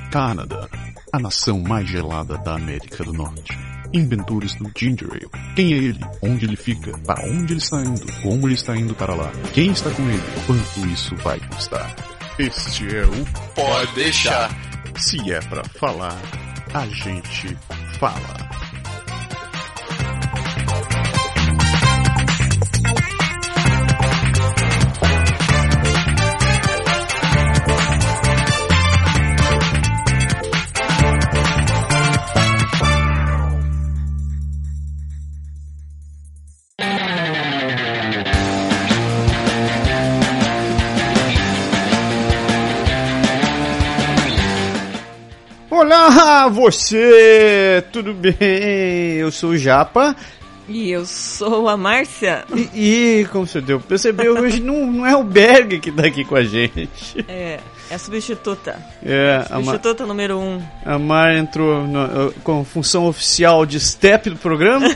Canadá, a nação mais gelada da América do Norte. Inventores do Ginger Ale. Quem é ele? Onde ele fica? Para onde ele está indo? Como ele está indo para lá? Quem está com ele? Quanto isso vai custar? Este é o Pode Deixar. Se é pra falar, a gente fala. Olá, você! Tudo bem? Eu sou o Japa. E eu sou a Márcia. E como você deu percebeu, hoje não é o Berg que tá aqui com a gente. É a substituta. Substituta número 1. A Mar entrou com função oficial de step do programa.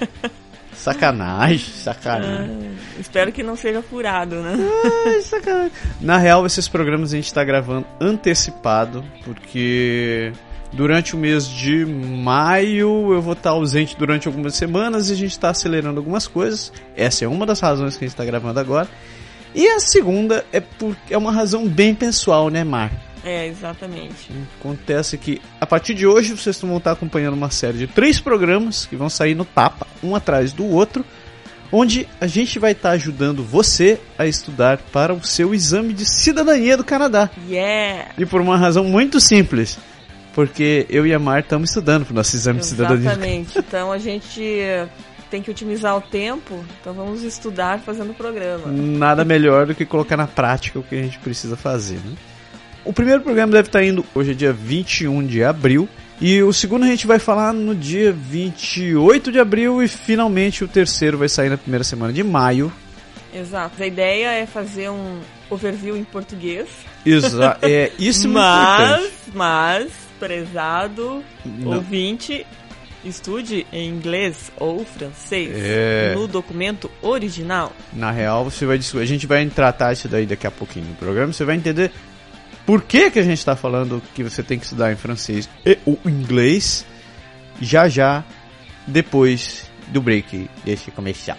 Sacanagem. Espero que não seja furado, né? Sacanagem. Na real, esses programas a gente tá gravando antecipado, porque durante o mês de maio eu vou estar ausente durante algumas semanas e a gente tá acelerando algumas coisas. Essa é uma das razões que a gente tá gravando agora. E a segunda é uma razão bem pessoal, né, Mar? É, exatamente. Acontece que a partir de hoje vocês vão estar acompanhando uma série de 3 programas que vão sair no tapa, um atrás do outro, onde a gente vai estar ajudando você a estudar para o seu exame de cidadania do Canadá. Yeah! E por uma razão muito simples, porque eu e a Mar estamos estudando para o nosso exame de cidadania. Exatamente. Então a gente tem que otimizar o tempo, então vamos estudar fazendo o programa. Nada melhor do que colocar na prática o que a gente precisa fazer, né? O primeiro programa deve estar indo, hoje é dia 21 de abril, e o segundo a gente vai falar no dia 28 de abril, e finalmente o terceiro vai sair na primeira semana de maio. Exato, a ideia é fazer um overview em português. Exato, isso é muito importante. Mas, prezado ouvinte, estude em inglês ou francês no documento original. Na real, a gente vai tratar isso daí daqui a pouquinho no programa, você vai entender por que a gente está falando que você tem que estudar em francês e o inglês já depois do break desse comercial.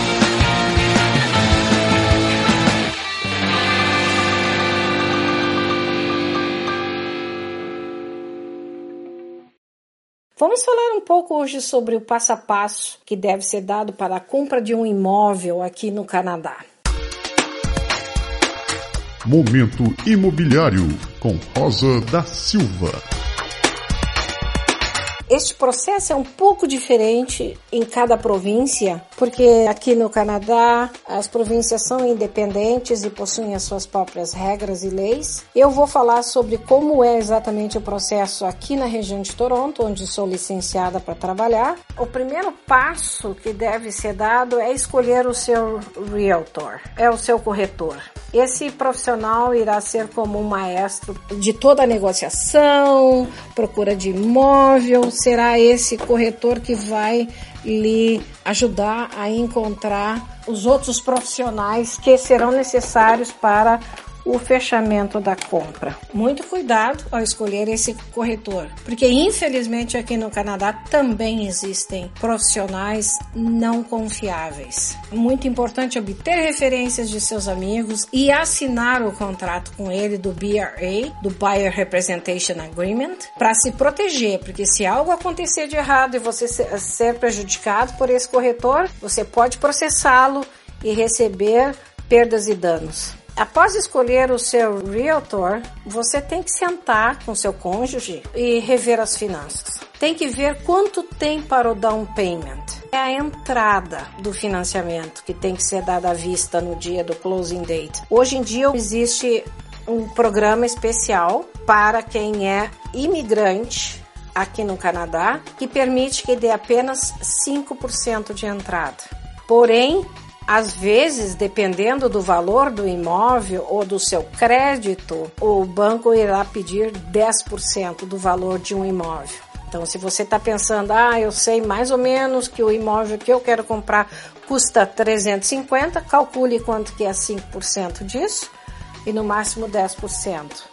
Vamos falar um pouco hoje sobre o passo a passo que deve ser dado para a compra de um imóvel aqui no Canadá. Momento Imobiliário, com Rosa da Silva. Este processo é um pouco diferente em cada província, porque aqui no Canadá as províncias são independentes e possuem as suas próprias regras e leis. Eu vou falar sobre como é exatamente o processo aqui na região de Toronto, onde sou licenciada para trabalhar. O primeiro passo que deve ser dado é escolher o seu realtor, é o seu corretor. Esse profissional irá ser como um maestro de toda a negociação, procura de imóvel, será esse corretor que vai lhe ajudar a encontrar os outros profissionais que serão necessários para o fechamento da compra. Muito cuidado ao escolher esse corretor, porque infelizmente aqui no Canadá também existem profissionais não confiáveis. Muito importante obter referências de seus amigos e assinar o contrato com ele do BRA, do Buyer Representation Agreement, para se proteger, porque se algo acontecer de errado e você ser prejudicado por esse corretor, você pode processá-lo e receber perdas e danos. Após escolher o seu realtor, você tem que sentar com seu cônjuge e rever as finanças. Tem que ver quanto tem para o down payment. É a entrada do financiamento que tem que ser dada à vista no dia do closing date. Hoje em dia existe um programa especial para quem é imigrante aqui no Canadá, que permite que dê apenas 5% de entrada. Porém, às vezes, dependendo do valor do imóvel ou do seu crédito, o banco irá pedir 10% do valor de um imóvel. Então, se você está pensando, eu sei mais ou menos que o imóvel que eu quero comprar custa 350, calcule quanto que é 5% disso e no máximo 10%.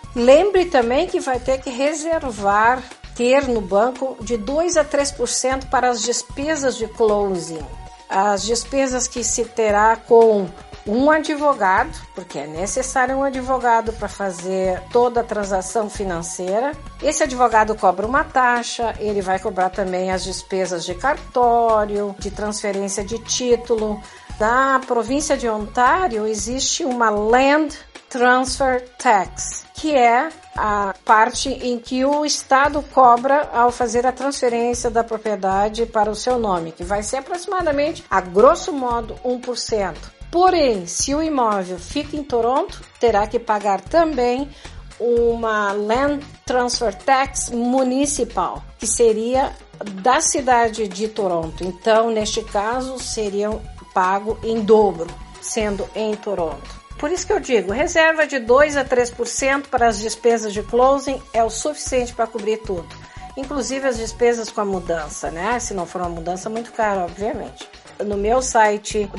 Lembre também que vai ter que ter no banco de 2 a 3% para as despesas de closing. As despesas que se terá com um advogado, porque é necessário um advogado para fazer toda a transação financeira. Esse advogado cobra uma taxa, ele vai cobrar também as despesas de cartório, de transferência de título. Na província de Ontário existe uma Land Transfer Tax, que é a parte em que o Estado cobra ao fazer a transferência da propriedade para o seu nome, que vai ser aproximadamente, a grosso modo, 1%. Porém, se o imóvel fica em Toronto, terá que pagar também uma Land Transfer Tax municipal, que seria da cidade de Toronto. Então, neste caso, seria pago em dobro, sendo em Toronto. Por isso que eu digo, reserva de 2 a 3% para as despesas de closing é o suficiente para cobrir tudo. Inclusive as despesas com a mudança, né? Se não for uma mudança muito cara, obviamente. No meu site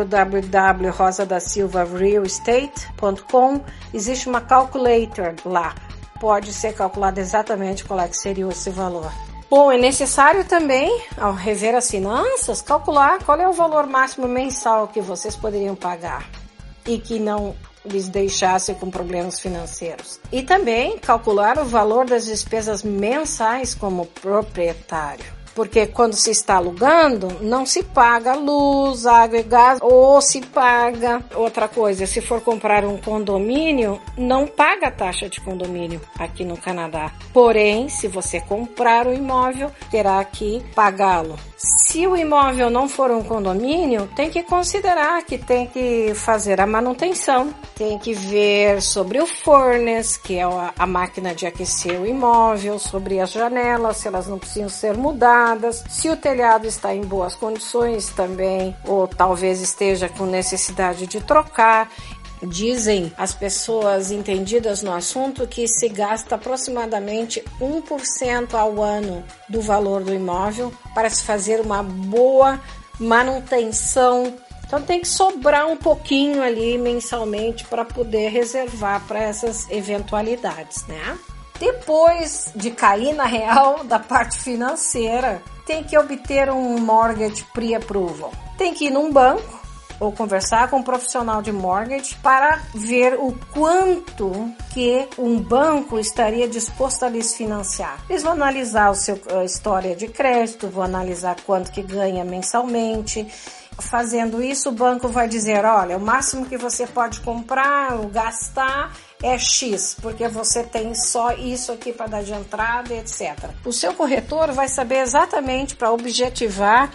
www.rosadasilvarealestate.com existe uma calculator lá. Pode ser calculado exatamente qual é que seria esse valor. Bom, é necessário também, ao rever as finanças, calcular qual é o valor máximo mensal que vocês poderiam pagar e que não lhes deixasse com problemas financeiros. E também calcular o valor das despesas mensais como proprietário. Porque quando se está alugando, não se paga luz, água e gás, ou se paga outra coisa. Se for comprar um condomínio, não paga a taxa de condomínio aqui no Canadá. Porém, se você comprar o imóvel, terá que pagá-lo. Se o imóvel não for um condomínio, tem que considerar que tem que fazer a manutenção, tem que ver sobre o furnace, que é a máquina de aquecer o imóvel, sobre as janelas, se elas não precisam ser mudadas, se o telhado está em boas condições também, ou talvez esteja com necessidade de trocar. Dizem as pessoas entendidas no assunto que se gasta aproximadamente 1% ao ano do valor do imóvel para se fazer uma boa manutenção. Então tem que sobrar um pouquinho ali mensalmente para poder reservar para essas eventualidades, né? Depois de cair na real da parte financeira, tem que obter um mortgage pre-approval. Tem que ir num banco ou conversar com um profissional de mortgage para ver o quanto que um banco estaria disposto a lhes financiar. Eles vão analisar a história de crédito, vão analisar quanto que ganha mensalmente. Fazendo isso, o banco vai dizer, olha, o máximo que você pode comprar ou gastar é X, porque você tem só isso aqui para dar de entrada, etc. O seu corretor vai saber exatamente para objetivar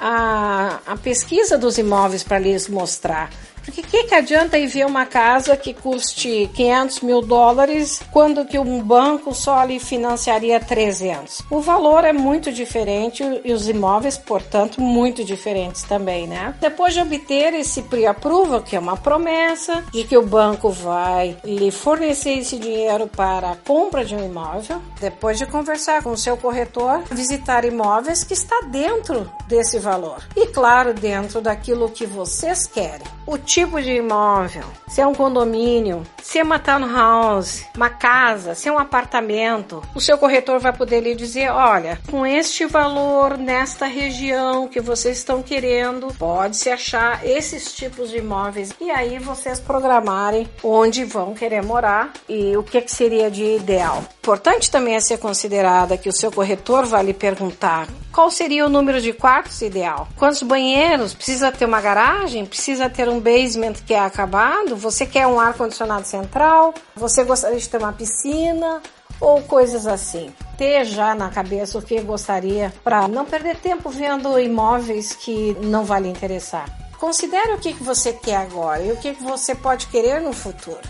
a pesquisa dos imóveis para lhes mostrar. Porque o que adianta ir ver uma casa que custe $500 mil quando que um banco só lhe financiaria 300? O valor é muito diferente e os imóveis, portanto, muito diferentes também, né? Depois de obter esse pre-approval, que é uma promessa de que o banco vai lhe fornecer esse dinheiro para a compra de um imóvel, depois de conversar com o seu corretor, visitar imóveis que está dentro desse valor. E, claro, dentro daquilo que vocês querem. O tipo de imóvel, se é um condomínio, se é uma townhouse, uma casa, se é um apartamento, o seu corretor vai poder lhe dizer, olha, com este valor nesta região que vocês estão querendo, pode-se achar esses tipos de imóveis e aí vocês programarem onde vão querer morar e o que seria de ideal. Importante também é ser considerada que o seu corretor vai lhe perguntar qual seria o número de quartos ideal, quantos banheiros, precisa ter uma garagem, precisa ter um basement que é acabado, você quer um ar-condicionado central, você gostaria de ter uma piscina ou coisas assim. Ter já na cabeça o que gostaria para não perder tempo vendo imóveis que não vai lhe interessar. Considere o que você quer agora e o que você pode querer no futuro.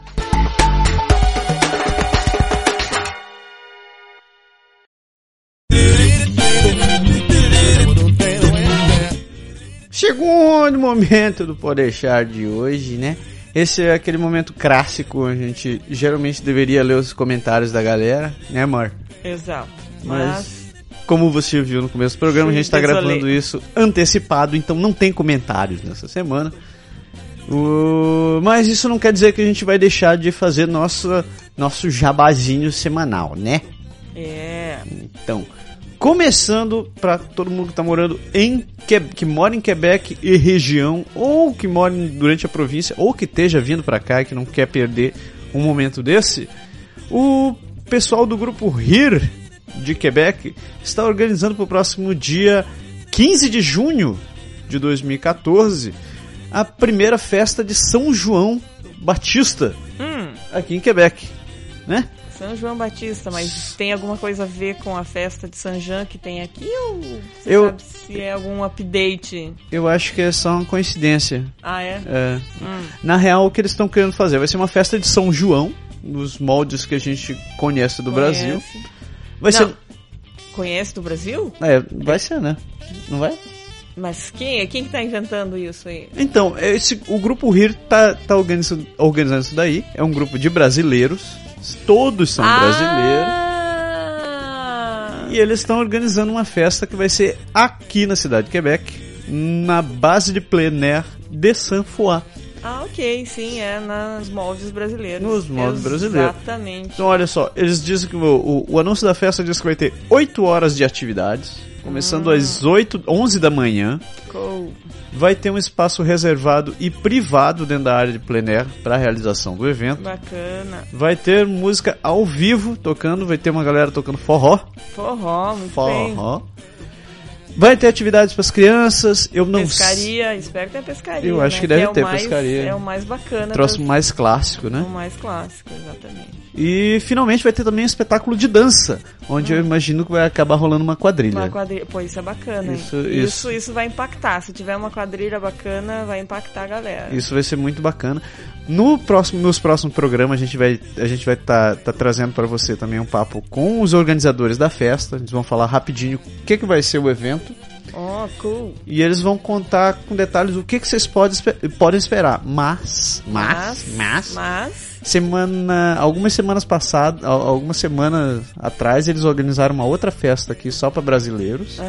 Segundo momento do Pode Deixar de hoje, né? Esse é aquele momento clássico, a gente geralmente deveria ler os comentários da galera, né, amor? Exato. Mas como você viu no começo do programa, a gente está gravando isso antecipado, então não tem comentários nessa semana. Mas isso não quer dizer que a gente vai deixar de fazer nosso jabazinho semanal, né? Então, começando para todo mundo que tá morando que mora em Quebec e região, ou que mora durante a província, ou que esteja vindo para cá e que não quer perder um momento desse, o pessoal do grupo Here de Quebec está organizando para o próximo dia 15 de junho de 2014 a primeira festa de São João Batista aqui em Quebec, né? São João Batista, mas tem alguma coisa a ver com a festa de Saint Jean que tem aqui, ou você sabe se é algum update? Eu acho que é só uma coincidência. Ah, é? Na real, o que eles estão querendo fazer vai ser uma festa de São João, nos moldes que a gente conhece do Brasil. Conhece do Brasil? Vai ser, né? Não vai? Mas quem que tá inventando isso aí? Então, o grupo Here tá organizando isso daí. É um grupo de brasileiros. Todos são brasileiros. E eles estão organizando uma festa que vai ser aqui na cidade de Quebec, na base de plein air de Saint-Foy. Ok, sim, nos moldes brasileiros. Nos moldes brasileiros. Exatamente. Então, olha só, eles dizem que o anúncio da festa diz que vai ter 8 horas de atividades, começando às 11 da manhã. Cool. Vai ter um espaço reservado e privado dentro da área de plein air para a realização do evento. Bacana. Vai ter música ao vivo tocando, vai ter uma galera tocando forró. Forró, muito bem. Vai ter atividades para as crianças. Pescaria, espero que tenha pescaria. Eu acho que deve ter pescaria. É o mais bacana. Troço mais clássico, né? O mais clássico, exatamente. E finalmente vai ter também um espetáculo de dança, onde eu imagino que vai acabar rolando uma quadrilha. Uma quadrilha, pô, isso é bacana. Isso vai impactar. Se tiver uma quadrilha bacana, vai impactar a galera. Isso vai ser muito bacana. Nos próximos programas a gente vai tá trazendo para você também um papo com os organizadores da festa. Eles vão falar rapidinho o que vai ser o evento. Oh, cool. E eles vão contar com detalhes o que vocês podem esperar. Mas algumas semanas atrás eles organizaram uma outra festa aqui só para brasileiros.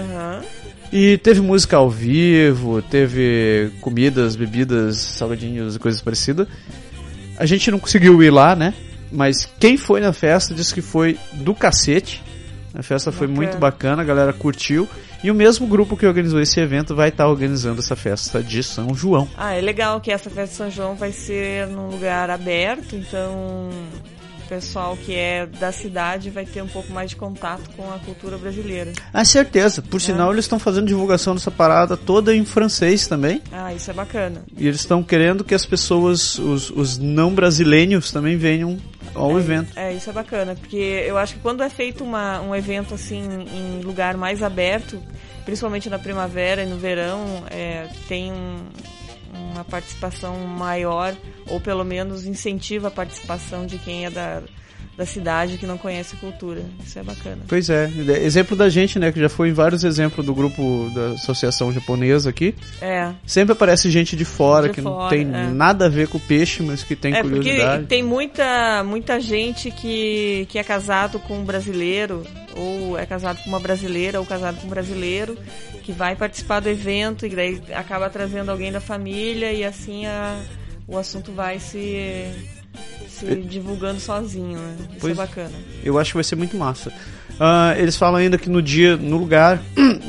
E teve música ao vivo, teve comidas, bebidas, salgadinhos e coisas parecidas. A gente não conseguiu ir lá, né? Mas quem foi na festa disse que foi do cacete. A festa foi muito bacana, a galera curtiu. E o mesmo grupo que organizou esse evento vai estar organizando essa festa de São João. É legal que essa festa de São João vai ser num lugar aberto, então o pessoal que é da cidade vai ter um pouco mais de contato com a cultura brasileira. Certeza. Por sinal, eles estão fazendo divulgação dessa parada toda em francês também. Isso é bacana. E eles estão querendo que as pessoas, os não brasileiros também venham ao evento. Isso é bacana, porque eu acho que quando é feito um evento assim em lugar mais aberto, principalmente na primavera e no verão, tem uma participação maior, ou pelo menos incentiva a participação de quem é da cidade que não conhece a cultura. Isso é bacana. Pois é. Exemplo da gente, né? Que já foi em vários exemplos do grupo da Associação Japonesa aqui. Sempre aparece gente de fora que não tem nada a ver com o peixe, mas que tem curiosidade. Porque tem muita gente que é casado com um brasileiro, ou é casado com uma brasileira, ou casado com um brasileiro, que vai participar do evento e daí acaba trazendo alguém da família e assim o assunto vai se divulgando sozinho, né? Isso é bacana. Eu acho que vai ser muito massa. Eles falam ainda que no lugar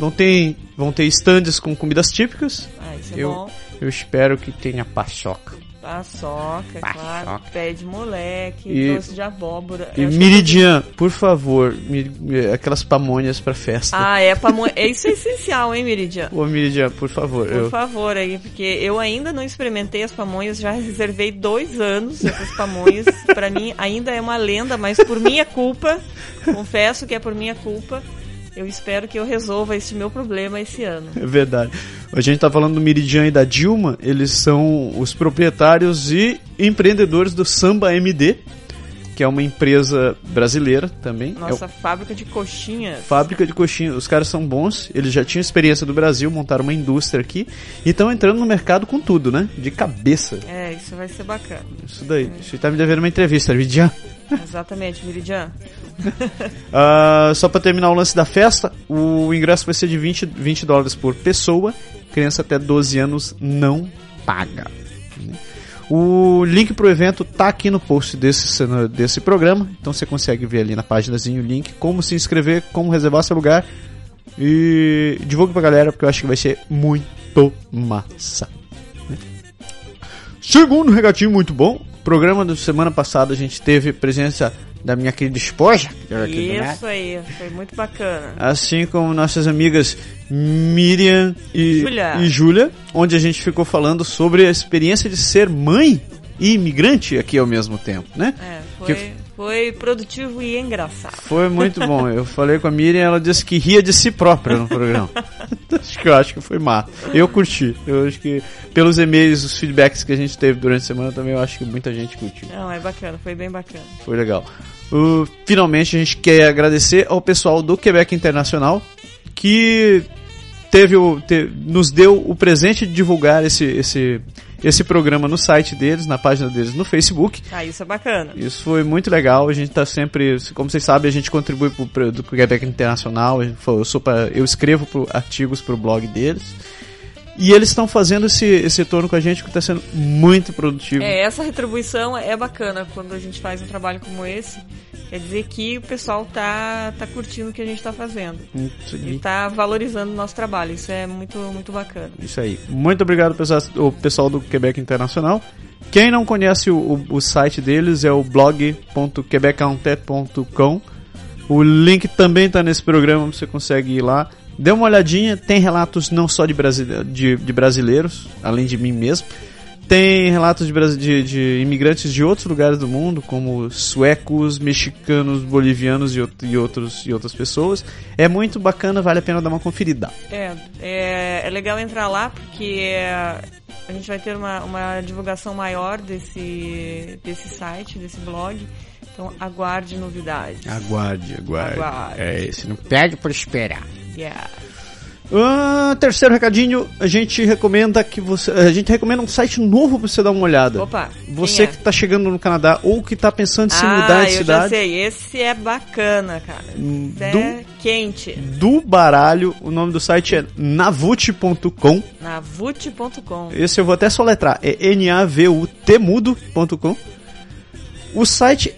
vão ter stands com comidas típicas. Isso é bom. Eu espero que tenha paçoca. Paçoca, claro, pé de moleque, doce de abóbora. E Meridian, por favor, aquelas pamonhas pra festa. Pamonha. Isso é essencial, hein, Meridian? Ô, Meridian, por favor. Por favor, aí, porque eu ainda não experimentei as pamonhas, já reservei 2 anos essas pamonhas. Pra mim ainda é uma lenda, mas por minha culpa, confesso que é por minha culpa. Eu espero que eu resolva esse meu problema esse ano. É verdade. A gente tá falando do Meridian e da Dilma. Eles são os proprietários e empreendedores do Samba MD, que é uma empresa brasileira também. Nossa, fábrica de coxinhas. Fábrica de coxinhas. Os caras são bons. Eles já tinham experiência do Brasil, montaram uma indústria aqui e estão entrando no mercado com tudo, né? De cabeça. Isso vai ser bacana. Isso daí. Você tá me devendo uma entrevista, Meridian. Exatamente, Meridian. Só para terminar o lance da festa, o ingresso vai ser de $20 por pessoa. Criança até 12 anos não paga. O link pro evento tá aqui no post desse programa, então você consegue ver ali na paginazinha o link, como se inscrever, como reservar seu lugar, e divulgue pra galera, porque eu acho que vai ser muito massa. Segundo regatinho muito bom, programa da semana passada a gente teve presença da minha querida esposa. Isso aí, foi muito bacana. Assim como nossas amigas Miriam e Júlia, onde a gente ficou falando sobre a experiência de ser mãe e imigrante aqui ao mesmo tempo, né? Foi produtivo e engraçado. Foi muito bom. Eu falei com a Miriam, ela disse que ria de si própria no programa. Acho que foi massa. Eu curti. Eu acho que pelos e-mails, os feedbacks que a gente teve durante a semana também, eu acho que muita gente curtiu. Não, é bacana, foi bem bacana. Foi legal. Finalmente a gente quer agradecer ao pessoal do Quebec Internacional que nos deu o presente de divulgar esse programa no site deles, na página deles no Facebook. Ah, isso é bacana. Isso foi muito legal. A gente tá sempre, como vocês sabem, a gente contribui do Quebec Internacional. Eu escrevo artigos pro blog deles. E eles estão fazendo esse retorno com a gente, que está sendo muito produtivo. Essa retribuição é bacana quando a gente faz um trabalho como esse. Quer dizer que o pessoal tá curtindo o que a gente está fazendo. E tá valorizando o nosso trabalho. Isso é muito, muito bacana. Isso aí. Muito obrigado ao pessoal do Quebec Internacional. Quem não conhece o site deles é o blog.quebecentet.com. O link também está nesse programa, você consegue ir lá. Dê uma olhadinha, tem relatos não só de brasileiros, além de mim mesmo. Tem relatos de imigrantes de outros lugares do mundo, como suecos, mexicanos, bolivianos e outras pessoas. É muito bacana, vale a pena dar uma conferida. É legal entrar lá, porque a gente vai ter uma divulgação maior desse site, desse blog. Então aguarde novidades. Aguarde. Se não pede por esperar. Yeah. Terceiro recadinho, a gente recomenda um site novo pra você dar uma olhada. Opa, você que tá chegando no Canadá ou que tá pensando em se mudar de cidade. Eu já sei, esse é bacana, cara. É quente. Do baralho, o nome do site é navut.com. Navut.com. Esse eu vou até soletrar, é navutmudo.com. O site,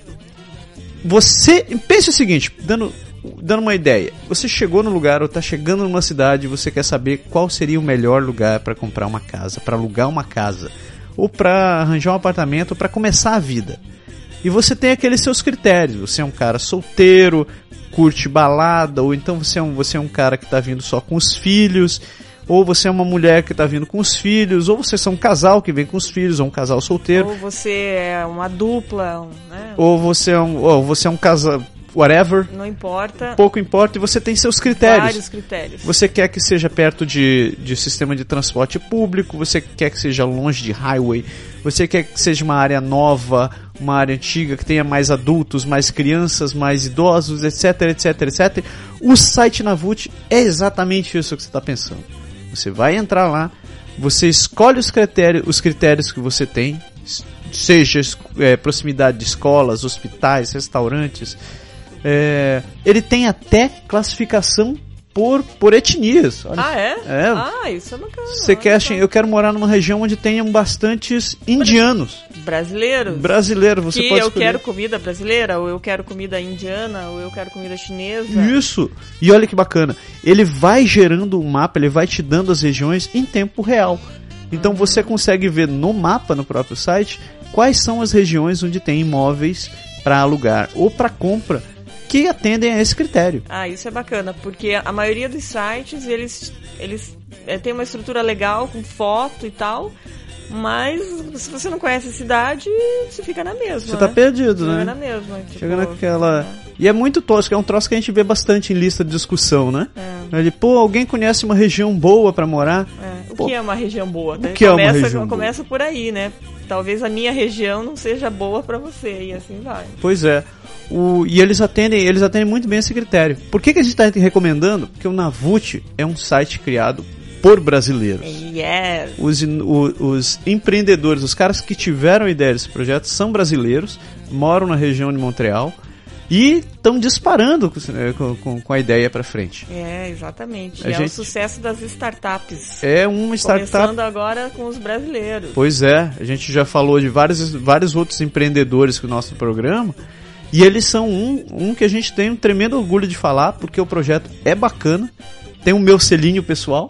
você pense o seguinte, dando uma ideia, você chegou no lugar ou está chegando numa cidade e você quer saber qual seria o melhor lugar para comprar uma casa, para alugar uma casa, ou para arranjar um apartamento, ou para começar a vida. E você tem aqueles seus critérios, você é um cara solteiro, curte balada, ou então você é um cara que está vindo só com os filhos, ou você é uma mulher que está vindo com os filhos, ou você é um casal que vem com os filhos, ou um casal solteiro. Ou você é uma dupla, né? Ou você é um casal, whatever. Não importa. Pouco importa, e você tem seus critérios. Vários critérios. Você quer que seja perto de sistema de transporte público, você quer que seja longe de highway, você quer que seja uma área nova, uma área antiga, que tenha mais adultos, mais crianças, mais idosos, etc, etc, etc. O site Navut é exatamente isso que você está pensando. Você vai entrar lá, você escolhe os critérios que você tem, seja proximidade de escolas, hospitais, restaurantes. Ele tem até classificação por etnias. Olha, isso eu não quero. Eu quero morar numa região onde tenham bastantes indianos. Brasileiros, você que pode eu escolher. quero comida brasileira, ou eu quero comida indiana, ou eu quero comida chinesa. Isso! E olha que bacana. Ele vai gerando um mapa, ele vai te dando as regiões em tempo real. Então você consegue ver no mapa, no próprio site, quais são as regiões onde tem imóveis para alugar ou para compra que atendem a esse critério. Isso é bacana, porque a maioria dos sites, eles têm uma estrutura legal, com foto e tal, mas se você não conhece a cidade, você fica na mesma. Você tá perdido, né? Fica na mesma. Chega naquela... E é muito tosco, é um troço que a gente vê bastante em lista de discussão, né? Alguém conhece uma região boa pra morar? O que é uma região boa? Né? Começa por aí, né? Talvez a minha região não seja boa pra você, e assim vai. Pois é. E eles atendem muito bem esse critério. Por que a gente está recomendando? Porque o Navut é um site criado por brasileiros. Yes. Os empreendedores, os caras que tiveram a ideia desse projeto são brasileiros, moram na região de Montreal. e estão disparando com a ideia para frente. Exatamente. O sucesso das startups. É uma startup. Começando agora com os brasileiros. Pois é, a gente já falou de vários outros empreendedores com o nosso programa, e eles são um que a gente tem um tremendo orgulho de falar, porque o projeto é bacana, tem o meu selinho pessoal,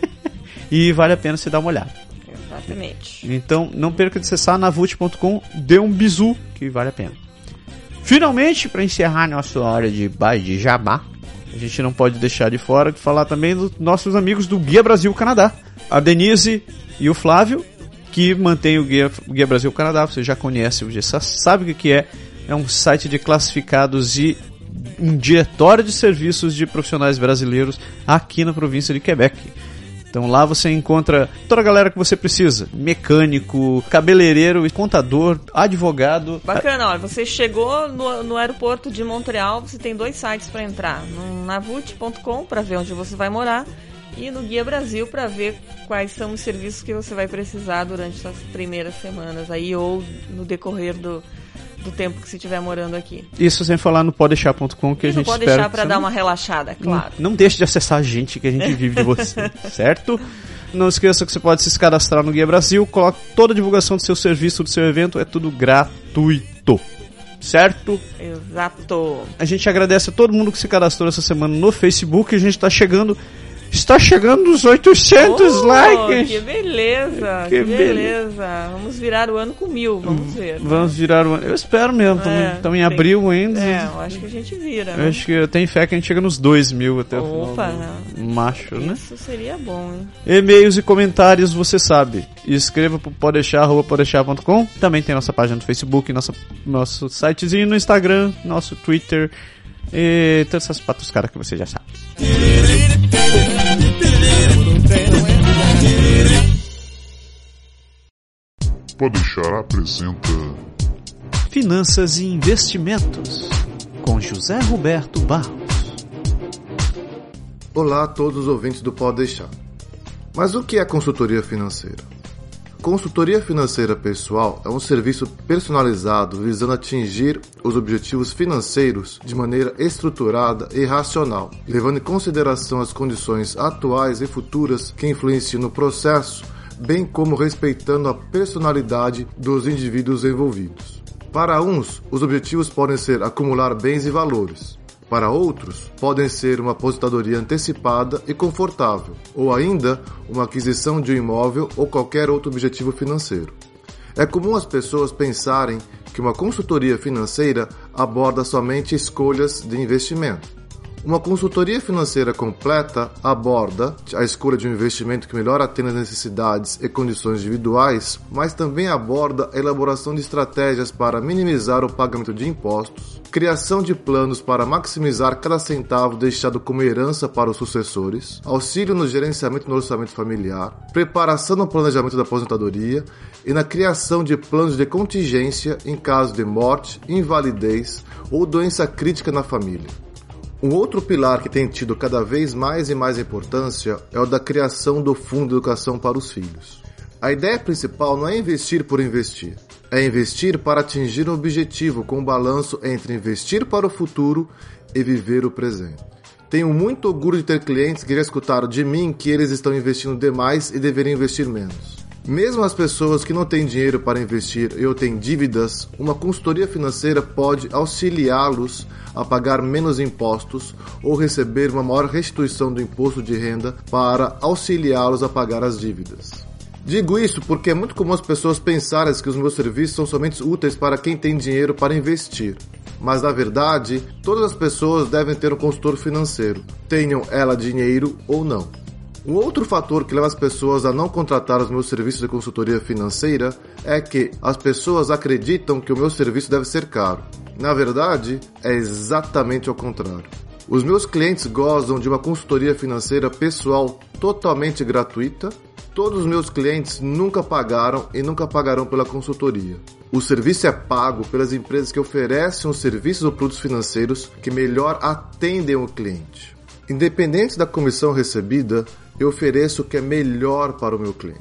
e vale a pena você dar uma olhada. Exatamente. Então, não perca de acessar navut.com, dê um bizu, que vale a pena. Finalmente, para encerrar nossa hora de jabá, a gente não pode deixar de fora de falar também dos nossos amigos do Guia Brasil Canadá. A Denise e o Flávio, que mantém o Guia Brasil Canadá, você já conhece, você já sabe o que é. É um site de classificados e um diretório de serviços de profissionais brasileiros aqui na província de Quebec. Então lá você encontra toda a galera que você precisa. Mecânico, cabeleireiro, contador, advogado. Bacana, olha, você chegou no aeroporto de Montreal, você tem 2 sites para entrar. No navut.com para ver onde você vai morar e no Guia Brasil para ver quais são os serviços que você vai precisar durante essas primeiras semanas aí ou no decorrer do tempo que você estiver morando aqui. Isso sem falar no podeixar.com que a gente espera. Pode deixar para dar uma relaxada, claro. Não deixe de acessar a gente, que a gente vive de você, certo? Não esqueça que você pode se cadastrar no Guia Brasil, coloque toda a divulgação do seu serviço, do seu evento, é tudo gratuito, certo? Exato. A gente agradece a todo mundo que se cadastrou essa semana no Facebook, a gente está chegando nos 800 likes. Que beleza, que beleza. Vamos virar o ano com 1000, vamos ver. Vamos virar o ano. Eu espero mesmo, estamos em abril ainda. Eu acho que a gente vira. Eu acho que eu tenho fé que a gente chega nos 2000 até o final. Macho, né? Isso seria bom, hein? E-mails e comentários, você sabe. Escreva pro podeixar.com. Também tem nossa página no Facebook, nosso sitezinho no Instagram, nosso Twitter e todas essas patos caras que você já sabe. Podeixar apresenta Finanças e Investimentos com José Roberto Barros. Olá a todos os ouvintes do Podeixar. Mas o que é consultoria financeira? Consultoria financeira pessoal é um serviço personalizado visando atingir os objetivos financeiros de maneira estruturada e racional, levando em consideração as condições atuais e futuras que influenciam no processo, bem como respeitando a personalidade dos indivíduos envolvidos. Para uns, os objetivos podem ser acumular bens e valores. Para outros, podem ser uma aposentadoria antecipada e confortável, ou ainda uma aquisição de um imóvel ou qualquer outro objetivo financeiro. É comum as pessoas pensarem que uma consultoria financeira aborda somente escolhas de investimento. Uma consultoria financeira completa aborda a escolha de um investimento que melhor atenda às necessidades e condições individuais, mas também aborda a elaboração de estratégias para minimizar o pagamento de impostos, criação de planos para maximizar cada centavo deixado como herança para os sucessores, auxílio no gerenciamento do orçamento familiar, preparação no planejamento da aposentadoria e na criação de planos de contingência em caso de morte, invalidez ou doença crítica na família. Um outro pilar que tem tido cada vez mais e mais importância é o da criação do Fundo de Educação para os Filhos. A ideia principal não é investir por investir, é investir para atingir um objetivo com um balanço entre investir para o futuro e viver o presente. Tenho muito orgulho de ter clientes que já escutaram de mim que eles estão investindo demais e deveriam investir menos. Mesmo as pessoas que não têm dinheiro para investir ou têm dívidas, uma consultoria financeira pode auxiliá-los a pagar menos impostos ou receber uma maior restituição do imposto de renda para auxiliá-los a pagar as dívidas. Digo isso porque é muito comum as pessoas pensarem que os meus serviços são somente úteis para quem tem dinheiro para investir. Mas, na verdade, todas as pessoas devem ter um consultor financeiro, tenham ela dinheiro ou não. Um outro fator que leva as pessoas a não contratar os meus serviços de consultoria financeira é que as pessoas acreditam que o meu serviço deve ser caro. Na verdade, é exatamente ao contrário. Os meus clientes gozam de uma consultoria financeira pessoal totalmente gratuita. Todos os meus clientes nunca pagaram e nunca pagarão pela consultoria. O serviço é pago pelas empresas que oferecem os serviços ou produtos financeiros que melhor atendem o cliente. Independente da comissão recebida, eu ofereço o que é melhor para o meu cliente.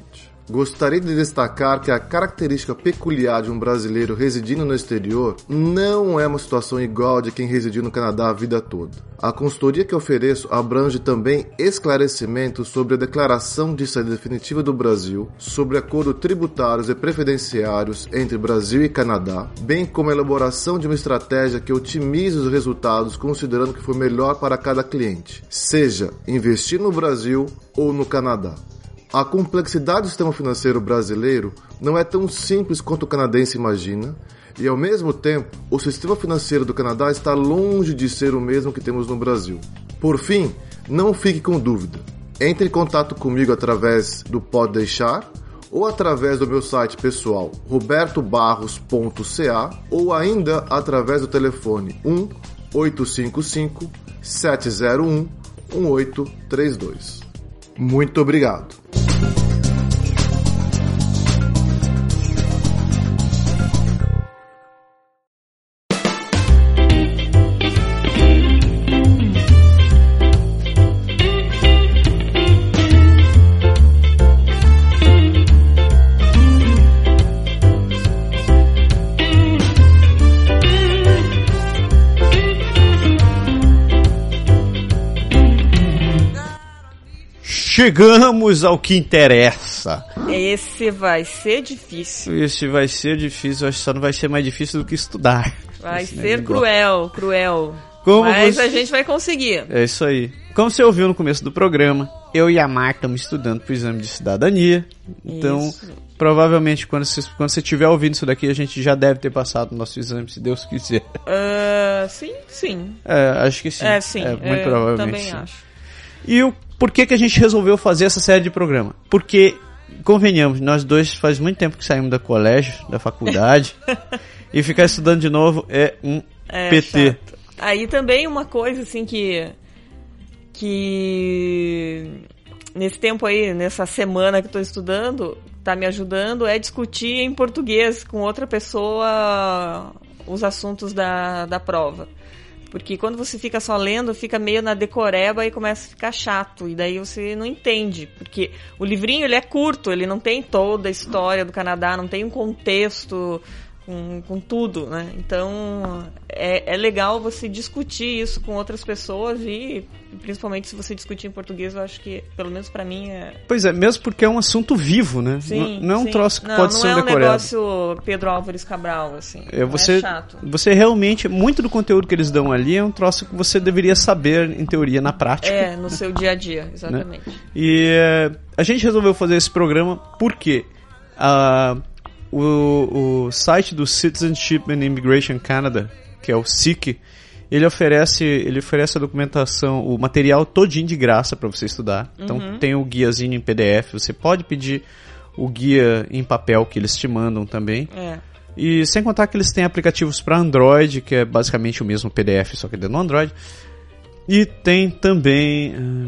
Gostaria de destacar que a característica peculiar de um brasileiro residindo no exterior não é uma situação igual de quem residiu no Canadá a vida toda. A consultoria que ofereço abrange também esclarecimentos sobre a declaração de saída definitiva do Brasil, sobre acordos tributários e previdenciários entre Brasil e Canadá, bem como a elaboração de uma estratégia que otimize os resultados considerando que for melhor para cada cliente, seja investir no Brasil ou no Canadá. A complexidade do sistema financeiro brasileiro não é tão simples quanto o canadense imagina, e ao mesmo tempo, o sistema financeiro do Canadá está longe de ser o mesmo que temos no Brasil. Por fim, não fique com dúvida. Entre em contato comigo através do Pode Deixar ou através do meu site pessoal robertobarros.ca ou ainda através do telefone 1-855-701-1832. Muito obrigado. Chegamos ao que interessa. Esse vai ser difícil. Esse vai ser difícil, acho que só não vai ser mais difícil do que estudar. Vai ser cruel. Como Mas a gente vai conseguir. É isso aí. Como você ouviu no começo do programa, eu e a Marta estamos estudando para o exame de cidadania. Então, provavelmente, quando você estiver ouvindo isso daqui, a gente já deve ter passado o nosso exame, se Deus quiser. Sim. Acho que sim. Muito provavelmente. Também sim. acho. E por que a gente resolveu fazer essa série de programa? Porque, convenhamos, nós dois faz muito tempo que saímos do colégio, da faculdade, e ficar estudando de novo é um PT. Chato. Aí também uma coisa assim que nesse tempo aí, nessa semana que eu tô estudando, tá me ajudando é discutir em português com outra pessoa os assuntos da prova. Porque quando você fica só lendo, fica meio na decoreba e começa a ficar chato. E daí você não entende. Porque o livrinho ele é curto, ele não tem toda a história do Canadá, não tem um contexto com tudo, né? Então é legal você discutir isso com outras pessoas e principalmente se você discutir em português, eu acho que, pelo menos pra mim, Pois é, mesmo porque é um assunto vivo, né? Sim, não é um troço que pode ser um decorado. Não é um negócio Pedro Álvares Cabral, assim. É chato. Você realmente, muito do conteúdo que eles dão ali é um troço que você deveria saber, em teoria, na prática. No seu dia a dia, exatamente. Né? E a gente resolveu fazer esse programa porque o site do Citizenship and Immigration Canada, que é o SIC, ele oferece a documentação, o material todinho de graça para você estudar. Então tem o guiazinho em PDF, você pode pedir o guia em papel que eles te mandam também. E sem contar que eles têm aplicativos para Android, que é basicamente o mesmo PDF, só que dentro do Android. E tem também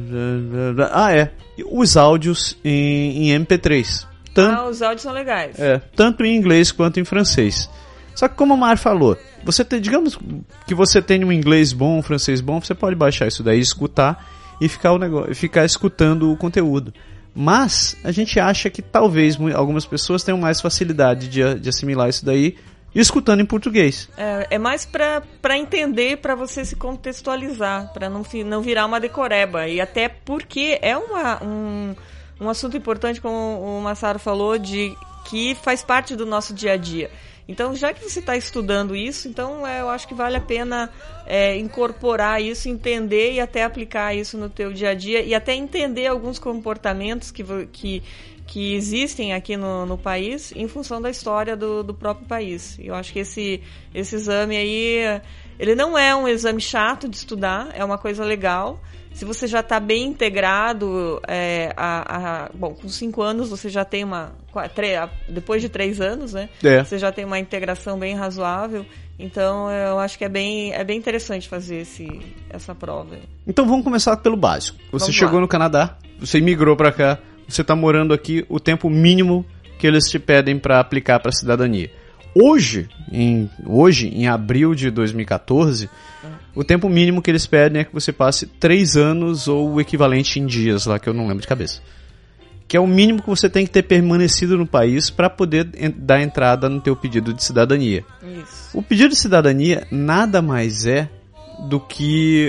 os áudios em MP3. Os áudios são legais. Tanto em inglês quanto em francês. Só que como o Mar falou, digamos que você tem um inglês bom, um francês bom, você pode baixar isso daí, escutar e ficar escutando o conteúdo. Mas a gente acha que talvez algumas pessoas tenham mais facilidade de assimilar isso daí escutando em português. É mais para entender, para você se contextualizar, para não virar uma decoreba. E até porque é um assunto importante, como o Massaro falou, que faz parte do nosso dia a dia. Então, já que você está estudando isso, então eu acho que vale a pena incorporar isso, entender e até aplicar isso no teu dia a dia e até entender alguns comportamentos que existem aqui no país em função da história do próprio país. Eu acho que esse exame aí, ele não é um exame chato de estudar, é uma coisa legal. Se você já está bem integrado, bom, com 5 anos você já tem depois de 3 anos, né? Você já tem uma integração bem razoável. Então eu acho que é bem interessante fazer essa prova. Então vamos começar pelo básico. Você chegou no Canadá, você imigrou para cá, você está morando aqui o tempo mínimo que eles te pedem para aplicar para a cidadania. Hoje, em abril de 2014, o tempo mínimo que eles pedem é que você passe 3 anos ou o equivalente em dias lá, que eu não lembro de cabeça. que é o mínimo que você tem que ter permanecido no país para poder dar entrada no teu pedido de cidadania. Isso. O pedido de cidadania nada mais é do que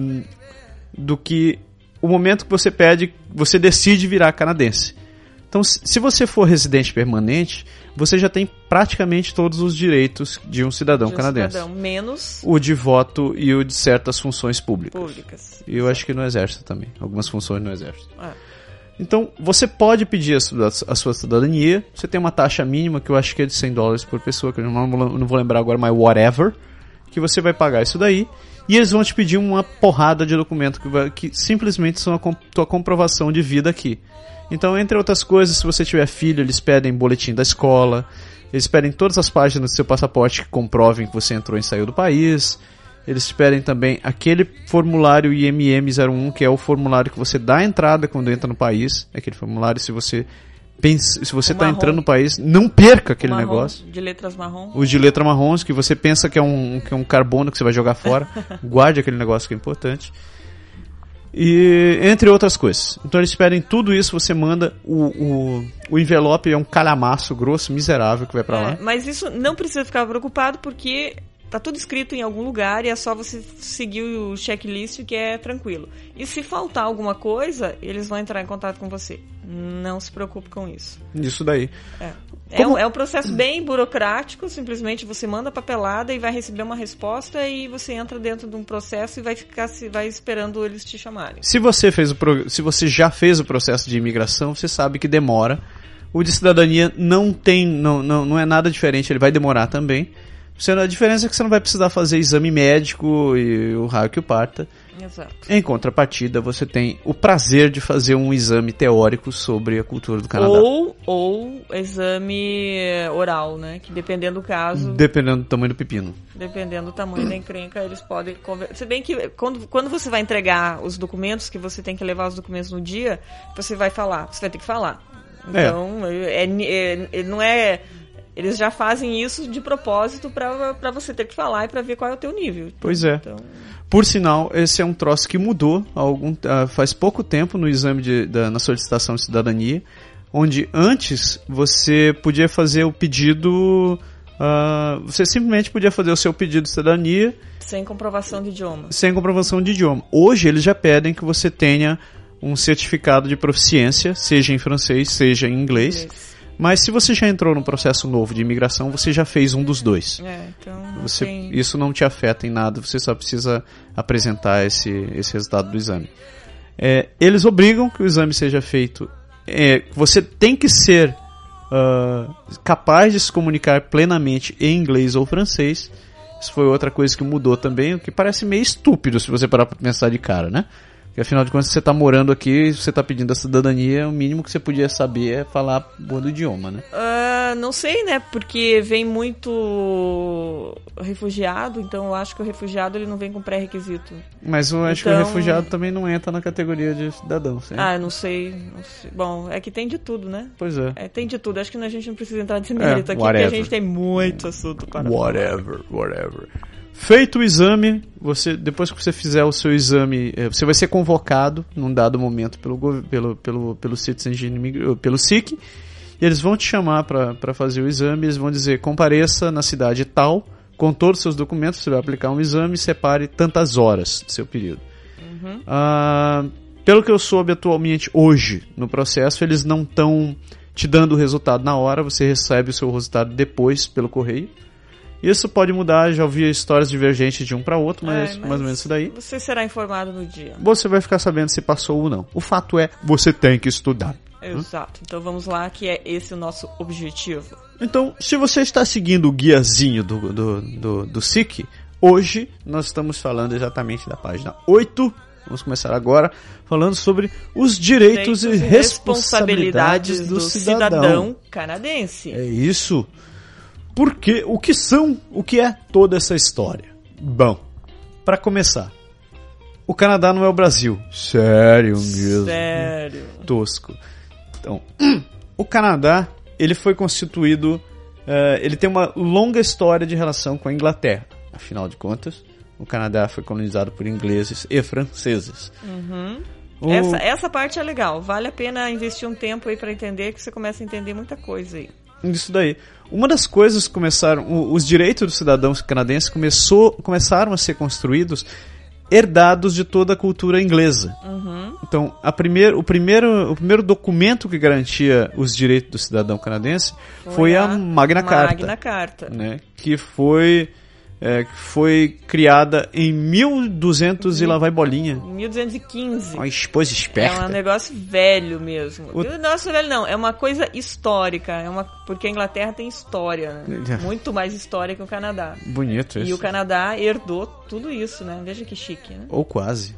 o momento que você pede, você decide virar canadense. Então, se você for residente permanente, você já tem praticamente todos os direitos de um cidadão canadense. Menos o de voto e o de certas funções públicas. E eu acho que no exército também. Algumas funções no exército. Então, você pode pedir a sua cidadania. Você tem uma taxa mínima, que eu acho que é de $100 por pessoa, que eu não vou lembrar agora, mas whatever, que você vai pagar isso daí. E eles vão te pedir uma porrada de documento que simplesmente são a tua comprovação de vida aqui. Então, entre outras coisas, se você tiver filho, eles pedem boletim da escola, eles pedem todas as páginas do seu passaporte que comprovem que você entrou e saiu do país. Eles te pedem também aquele formulário IMM01, que é o formulário que você dá a entrada quando entra no país. Aquele formulário, se você está entrando no país, não perca aquele negócio. De letras marrom. Os de letra marrons, que você pensa que é um carbono que você vai jogar fora. Guarde aquele negócio que é importante. E entre outras coisas. Então eles pedem tudo isso, você manda o envelope, é um calhamaço grosso, miserável, que vai pra lá. Mas isso não precisa ficar preocupado, porque tá tudo escrito em algum lugar e é só você seguir o checklist, que é tranquilo. E se faltar alguma coisa, eles vão entrar em contato com você. Não se preocupe com isso. Isso daí. É um processo bem burocrático, simplesmente você manda a papelada e vai receber uma resposta e você entra dentro de um processo e vai esperando eles te chamarem. Se você já fez o processo de imigração, você sabe que demora. O de cidadania não é nada diferente, ele vai demorar também. A diferença é que você não vai precisar fazer exame médico e o raio que o parta. Exato. Em contrapartida, você tem o prazer de fazer um exame teórico sobre a cultura do Canadá. Ou exame oral, né? Que dependendo do caso... Dependendo do tamanho do pepino. Dependendo do tamanho da encrenca, eles podem conversar. Se bem que quando você vai entregar os documentos, que você tem que levar os documentos no dia, você vai ter que falar. Então, não é... Eles já fazem isso de propósito pra você ter que falar e pra ver qual é o teu nível. Pois é. Então... Por sinal, esse é um troço que mudou faz pouco tempo no exame na solicitação de cidadania, onde antes você podia fazer o pedido... você simplesmente podia fazer o seu pedido de cidadania... Sem comprovação de idioma. Sem comprovação de idioma. Hoje eles já pedem que você tenha um certificado de proficiência, seja em francês, seja em inglês. Mas se você já entrou no processo novo de imigração, você já fez um dos dois. Então isso não te afeta em nada, você só precisa apresentar esse resultado do exame. Eles obrigam que o exame seja feito. Você tem que ser capaz de se comunicar plenamente em inglês ou francês. Isso foi outra coisa que mudou também, o que parece meio estúpido se você parar para pensar de cara, né? Porque afinal de contas, você está morando aqui, você está pedindo a cidadania, o mínimo que você podia saber é falar do idioma, né? Não sei, né? Porque vem muito refugiado, então eu acho que o refugiado ele não vem com pré-requisito. Mas eu acho que o refugiado também não entra na categoria de cidadão, certo? Não sei. Bom, é que tem de tudo, né? Pois é. Tem de tudo. Acho que a gente não precisa entrar nesse mérito aqui, porque a gente tem muito assunto para whatever. Feito o exame, depois que você fizer o seu exame, você vai ser convocado num dado momento pelo SIC, e eles vão te chamar para fazer o exame, eles vão dizer, compareça na cidade tal, com todos os seus documentos, você vai aplicar um exame e separe tantas horas do seu período. Pelo que eu soube atualmente, hoje, no processo, eles não estão te dando o resultado na hora, você recebe o seu resultado depois pelo correio. Isso pode mudar, já ouvi histórias divergentes de um para outro, mas mais ou menos isso daí. Você será informado no dia. Você vai ficar sabendo se passou ou não. O fato é, você tem que estudar. Exato. Então vamos lá, que é esse o nosso objetivo. Então, se você está seguindo o guiazinho do SIC, hoje nós estamos falando exatamente da página 8. Vamos começar agora falando sobre os direitos e responsabilidades do cidadão canadense. É isso. Porque o que é toda essa história? Bom, para começar, o Canadá não é o Brasil. Sério mesmo. Sério. Tosco. Então, o Canadá, ele foi constituído, ele tem uma longa história de relação com a Inglaterra. Afinal de contas, o Canadá foi colonizado por ingleses e franceses. Essa parte é legal. Vale a pena investir um tempo aí para entender, que você começa a entender muita coisa aí. Isso daí. Uma das coisas que começaram... Os direitos dos cidadãos canadenses começaram a ser construídos herdados de toda a cultura inglesa. Então, o primeiro documento que garantia os direitos do cidadão canadense foi a Magna Carta. Né? Que foi criada em 1200 e lá vai bolinha. 1215. Uma esposa esperta. É um negócio velho mesmo. Nossa, velho não, é uma coisa histórica, porque a Inglaterra tem história, né? Muito mais história que o Canadá. Bonito isso. E o Canadá herdou tudo isso, né? Veja que chique, né? Ou quase.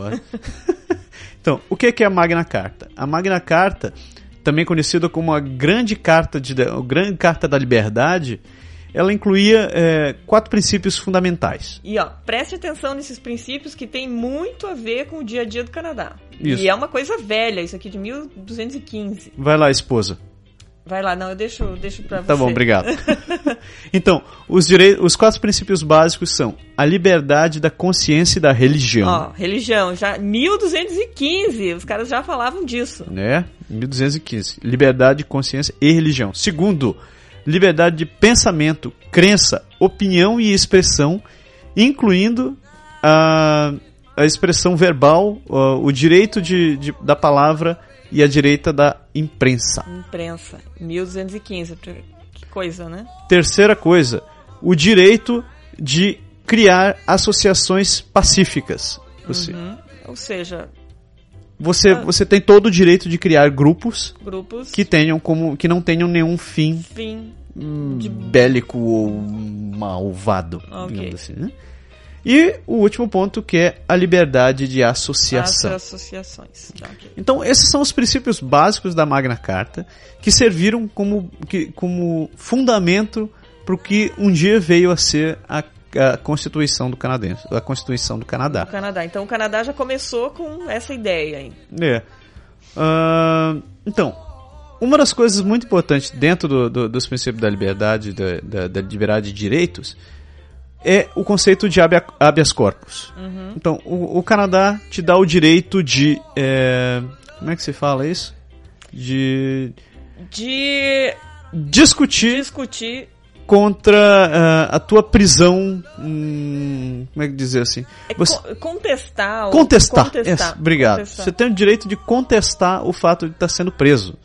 Então, o que é a Magna Carta? A Magna Carta, também conhecida como a Grande Carta da Liberdade, ela incluía 4 princípios fundamentais. E preste atenção nesses princípios que tem muito a ver com o dia a dia do Canadá. Isso. E é uma coisa velha, isso aqui de 1215. Vai lá, esposa. Vai lá, não, eu deixo pra você. Tá bom, obrigado. Então, os 4 princípios básicos são a liberdade da consciência e da religião. Religião, já 1215, os caras já falavam disso. Né? 1215. Liberdade de consciência e religião. Segundo, liberdade de pensamento, crença, opinião e expressão, incluindo a expressão verbal, o direito da palavra e a direita da imprensa. 1215, que coisa, né? Terceira coisa, o direito de criar associações pacíficas. Ou seja... Você tem todo o direito de criar grupos que não tenham nenhum fim bélico ou malvado, digamos assim, né? E o último ponto, que é a liberdade de associação. As associações. Okay. Então, esses são os princípios básicos da Magna Carta, que serviram como fundamento para o que um dia veio a ser a Constituição do Canadá. Então o Canadá já começou com essa ideia aí. Então, uma das coisas muito importantes dentro dos princípios da liberdade, da liberdade de direitos, é o conceito de habeas corpus. Então, o Canadá te dá o direito de... como é que se fala isso? De discutir contra a tua prisão, como é que dizer assim? Contestar. Obrigado. Contestar. Você tem o direito de contestar o fato de estar sendo preso.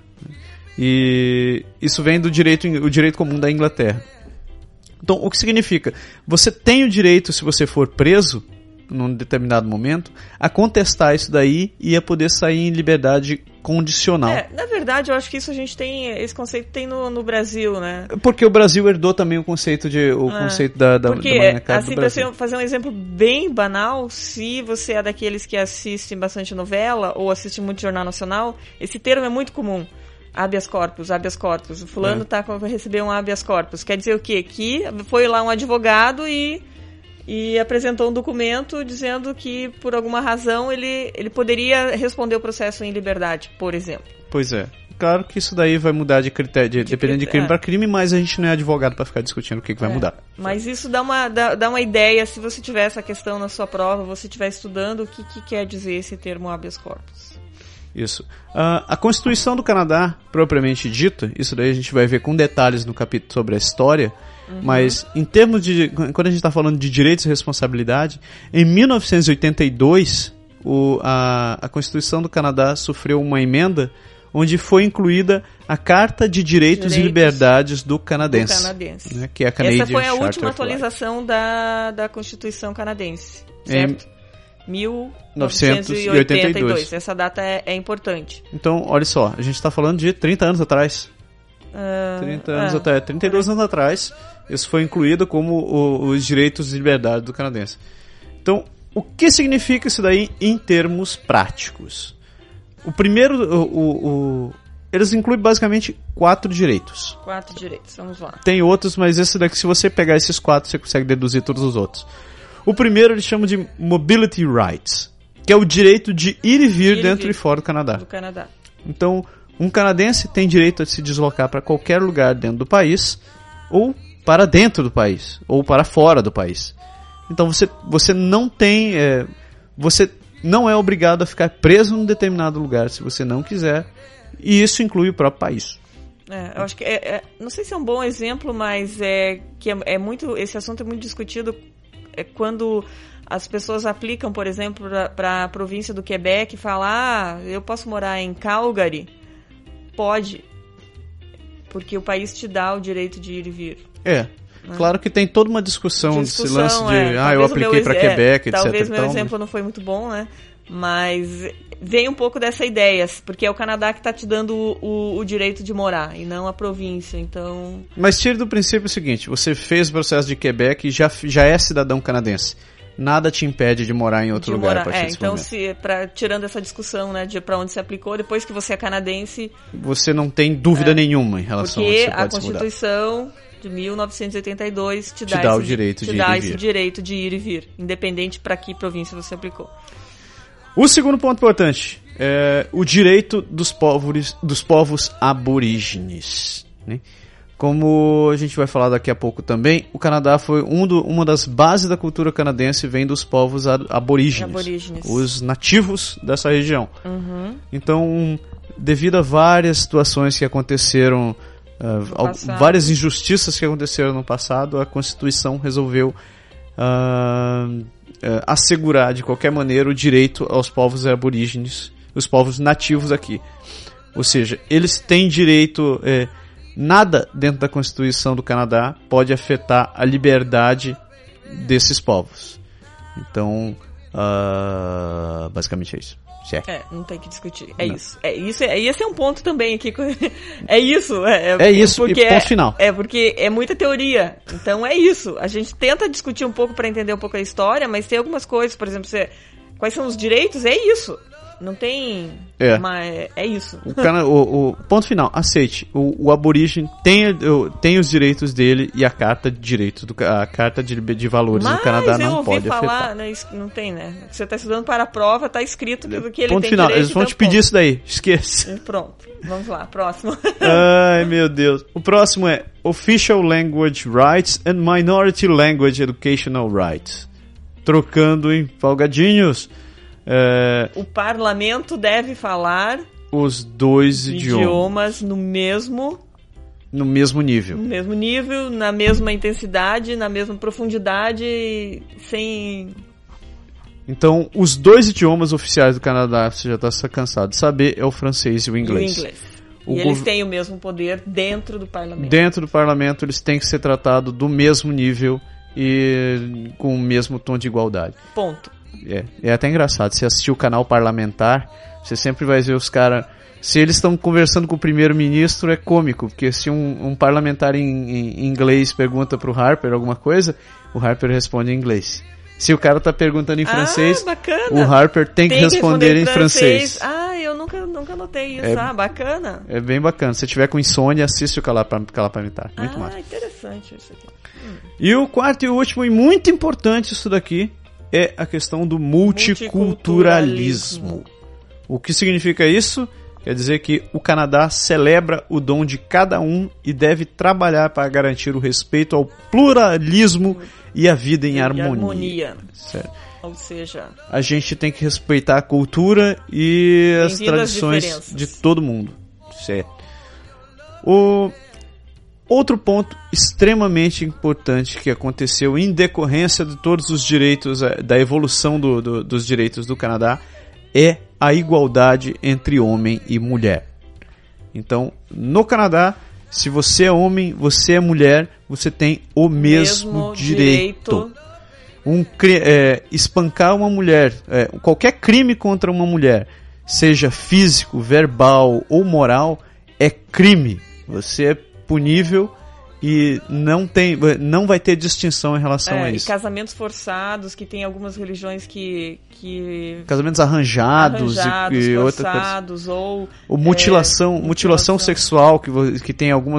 E isso vem do o direito comum da Inglaterra. Então, o que significa? Você tem o direito, se você for preso, num determinado momento, a contestar isso daí e a poder sair em liberdade condicional. Na verdade, eu acho que esse conceito tem no Brasil, né? Porque o Brasil herdou também o conceito da Magna Carta assim, do Brasil. para fazer um exemplo bem banal, se você é daqueles que assistem bastante novela ou assiste muito Jornal Nacional, esse termo é muito comum. Habeas corpus. O fulano vai receber um habeas corpus. Quer dizer o quê? Que foi lá um advogado e apresentou um documento dizendo que, por alguma razão, ele poderia responder o processo em liberdade, por exemplo. Pois é. Claro que isso daí vai mudar dependendo de crime para crime, mas a gente não é advogado para ficar discutindo o que vai mudar. Mas isso dá uma ideia, se você tiver essa questão na sua prova, você estiver estudando, o que quer dizer esse termo habeas corpus. Isso. A Constituição do Canadá, propriamente dita, isso daí a gente vai ver com detalhes no capítulo sobre a história, mas em termos de... Quando a gente está falando de direitos e responsabilidade, em 1982, a Constituição do Canadá sofreu uma emenda onde foi incluída a Carta de Direitos e Liberdades do Canadense. Né, que é a Canadian Essa foi a Charter última of Life. atualização da Constituição canadense, certo? 1982. Essa data é importante. Então, olha só, a gente está falando de 30 anos atrás. 32 anos atrás, isso foi incluído como os direitos e liberdades do canadense. Então, o que significa isso daí em termos práticos? O primeiro, eles incluem basicamente 4 direitos. 4 direitos, vamos lá. Tem outros, mas esse daqui, se você pegar esses 4, você consegue deduzir todos os outros. O primeiro eles chamam de Mobility Rights, que é o direito de ir e vir dentro e fora do Canadá. Então, um canadense tem direito a se deslocar para qualquer lugar dentro do país, ou para dentro do país, ou para fora do país. Então, você não tem... você não é obrigado a ficar preso num determinado lugar se você não quiser, e isso inclui o próprio país. Eu acho que não sei se é um bom exemplo, mas esse assunto é muito discutido quando as pessoas aplicam, por exemplo, para a província do Quebec e falam, eu posso morar em Calgary? Pode, porque o país te dá o direito de ir e vir. Claro que tem toda uma discussão desse lance de, eu apliquei para Quebec, etc. Talvez meu exemplo não foi muito bom, né? Mas vem um pouco dessa ideia, porque é o Canadá que está te dando o direito de morar, e não a província, então... Mas tire do princípio o seguinte, você fez o processo de Quebec e já é cidadão canadense. Nada te impede de morar em outro lugar a partir desse então, momento. tirando essa discussão, né, de para onde se aplicou, depois que você é canadense... Você não tem dúvida nenhuma em relação a isso. Porque a Constituição de 1982 te dá o direito de ir e vir. esse direito de ir e vir, independente para que província você aplicou. O segundo ponto importante é o direito dos povos aborígenes, né? Como a gente vai falar daqui a pouco também, o Canadá foi uma das bases da cultura canadense, vem dos povos aborígenes. Os nativos dessa região. Então, devido a várias situações que aconteceram, várias injustiças que aconteceram no passado, a Constituição resolveu assegurar de qualquer maneira o direito aos povos aborígenes, os povos nativos aqui. Ou seja, eles têm direito... Nada dentro da Constituição do Canadá pode afetar a liberdade desses povos. Então, basicamente é isso. Não tem que discutir. Isso. Esse é um ponto também aqui. É isso. Porque e ponto final. Porque é muita teoria. Então é isso. A gente tenta discutir um pouco para entender um pouco a história, mas tem algumas coisas, por exemplo, quais são os direitos? É isso. Não tem... É isso. O ponto final, aceite. O aborígene tem os direitos dele e a Carta de Direitos, a Carta de Valores do Canadá não pode afetar. Não tem, né? Você está estudando para a prova, está escrito que ele ponto tem final, direito. Eles vão te pedir isso daí, esqueça. Pronto, vamos lá, próximo. Ai, meu Deus. O próximo é Official Language Rights and Minority Language Educational Rights. Trocando em salgadinhos. O parlamento deve falar os dois idiomas no mesmo nível. No mesmo nível, na mesma intensidade, na mesma profundidade, sem... Então, os dois idiomas oficiais do Canadá, você já está cansado de saber, é o francês e o inglês. E eles têm o mesmo poder dentro do parlamento. Dentro do parlamento, eles têm que ser tratados do mesmo nível e com o mesmo tom de igualdade. Ponto. É até engraçado, se assistir o canal parlamentar, você sempre vai ver os caras, se eles estão conversando com o primeiro-ministro é cômico, porque se um parlamentar em inglês pergunta pro Harper alguma coisa, o Harper responde em inglês. Se o cara tá perguntando em francês, o Harper tem que responder em francês. Eu nunca notei isso. Bacana. É bem bacana, se tiver com insônia, assiste o canal parlamentar, muito massa. Interessante isso aqui. E o quarto e último, e muito importante isso daqui, é a questão do multiculturalismo. O que significa isso? Quer dizer que o Canadá celebra o dom de cada um e deve trabalhar para garantir o respeito ao pluralismo e a vida em harmonia. Certo. Ou seja... A gente tem que respeitar a cultura e as tradições de todo mundo. Certo. Outro ponto extremamente importante que aconteceu em decorrência de todos os direitos, da evolução dos direitos do Canadá, é a igualdade entre homem e mulher. Então, no Canadá, se você é homem, você é mulher, você tem o mesmo direito. Espancar uma mulher, qualquer crime contra uma mulher, seja físico, verbal ou moral, é crime. Você é punível e não vai ter distinção em relação a isso. E casamentos forçados, que tem algumas religiões que casamentos arranjados e forçados, ou mutilação sexual, que tem algumas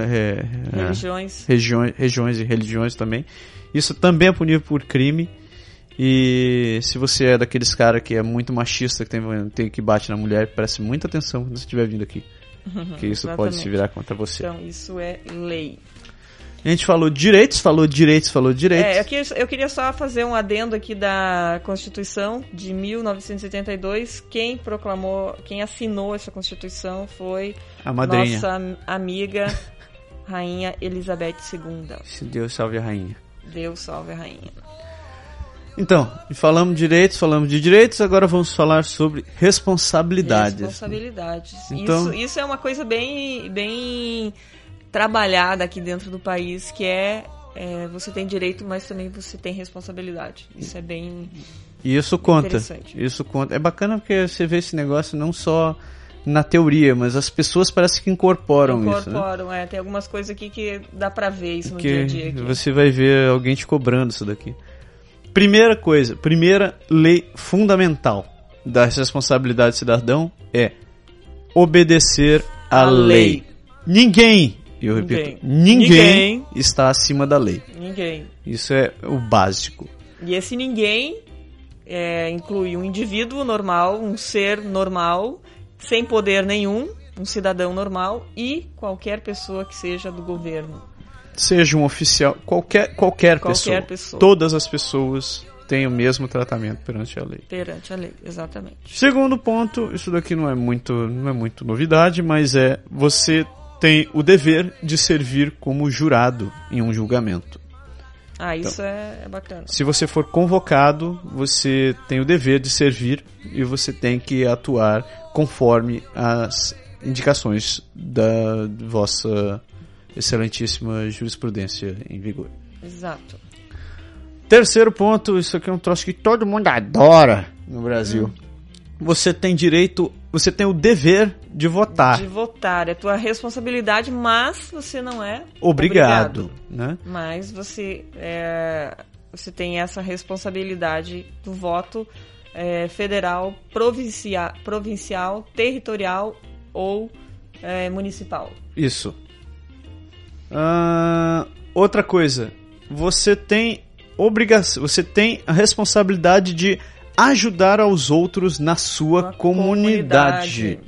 religiões também. Isso também é punível por crime. E se você é daqueles caras que é muito machista, que bate na mulher, preste muita atenção quando você estiver vindo aqui. Que isso pode se virar contra você. Então, isso é lei. A gente falou direitos. Eu queria só fazer um adendo aqui da Constituição de 1982. Quem assinou essa Constituição foi a madrinha. Nossa amiga Rainha Elizabeth II. Deus salve a rainha. Deus salve a rainha. Então, falamos de direitos, agora vamos falar sobre responsabilidades. Então, isso é uma coisa bem trabalhada aqui dentro do país, que você tem direito, mas também você tem responsabilidade. Isso é bem interessante. Isso conta. É bacana porque você vê esse negócio não só na teoria, mas as pessoas parecem que incorporam isso. Né? Tem algumas coisas aqui que dá pra ver isso no dia a dia. Aqui. Você vai ver alguém te cobrando isso daqui. Primeira lei fundamental da responsabilidade do cidadão é obedecer à lei. Ninguém está acima da lei. Ninguém. Isso é o básico. E esse ninguém inclui um indivíduo normal, um ser normal, sem poder nenhum, um cidadão normal e qualquer pessoa que seja do governo. Seja um oficial, qualquer pessoa. Todas as pessoas têm o mesmo tratamento perante a lei. Perante a lei, exatamente. Segundo ponto, isso daqui não é muito novidade, mas você tem o dever de servir como jurado em um julgamento. Isso é bacana. Se você for convocado, você tem o dever de servir e você tem que atuar conforme as indicações da vossa excelentíssima jurisprudência em vigor. Exato. Terceiro ponto, isso aqui é um troço que todo mundo adora no Brasil. Você tem o dever de votar. De votar, é tua responsabilidade, mas você não é obrigado. Né? Mas você tem essa responsabilidade do voto federal, provincial, territorial ou municipal. Isso. Outra coisa, você tem a responsabilidade de ajudar aos outros na sua comunidade.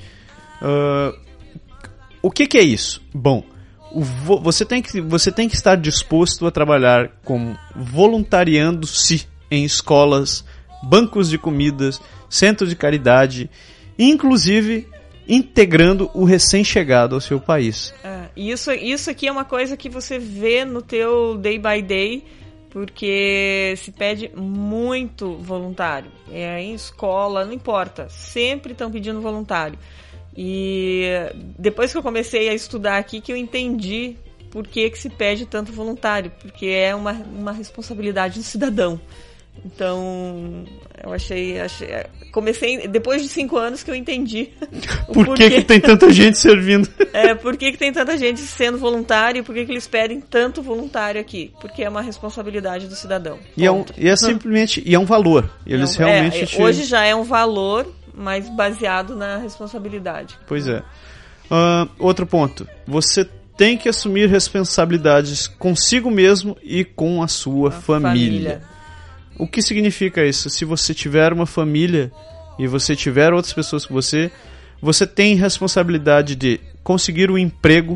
O que é isso? Bom, você tem que estar disposto a trabalhar como voluntariando-se em escolas, bancos de comidas, centros de caridade, inclusive integrando o recém-chegado ao seu país. Isso aqui é uma coisa que você vê no teu day by day, porque se pede muito voluntário. Em escola, não importa, sempre estão pedindo voluntário. E depois que eu comecei a estudar aqui, que eu entendi por que se pede tanto voluntário, porque é uma responsabilidade do cidadão. Então, eu comecei, depois de 5 anos que eu entendi por que tem tanta gente servindo. Por que tem tanta gente sendo voluntário e por que eles pedem tanto voluntário aqui? Porque é uma responsabilidade do cidadão. E é um valor. Eles realmente... Hoje já é um valor, mas baseado na responsabilidade. Pois é. Outro ponto. Você tem que assumir responsabilidades consigo mesmo e com a sua família. O que significa isso? Se você tiver uma família e você tiver outras pessoas com você tem responsabilidade de conseguir um emprego,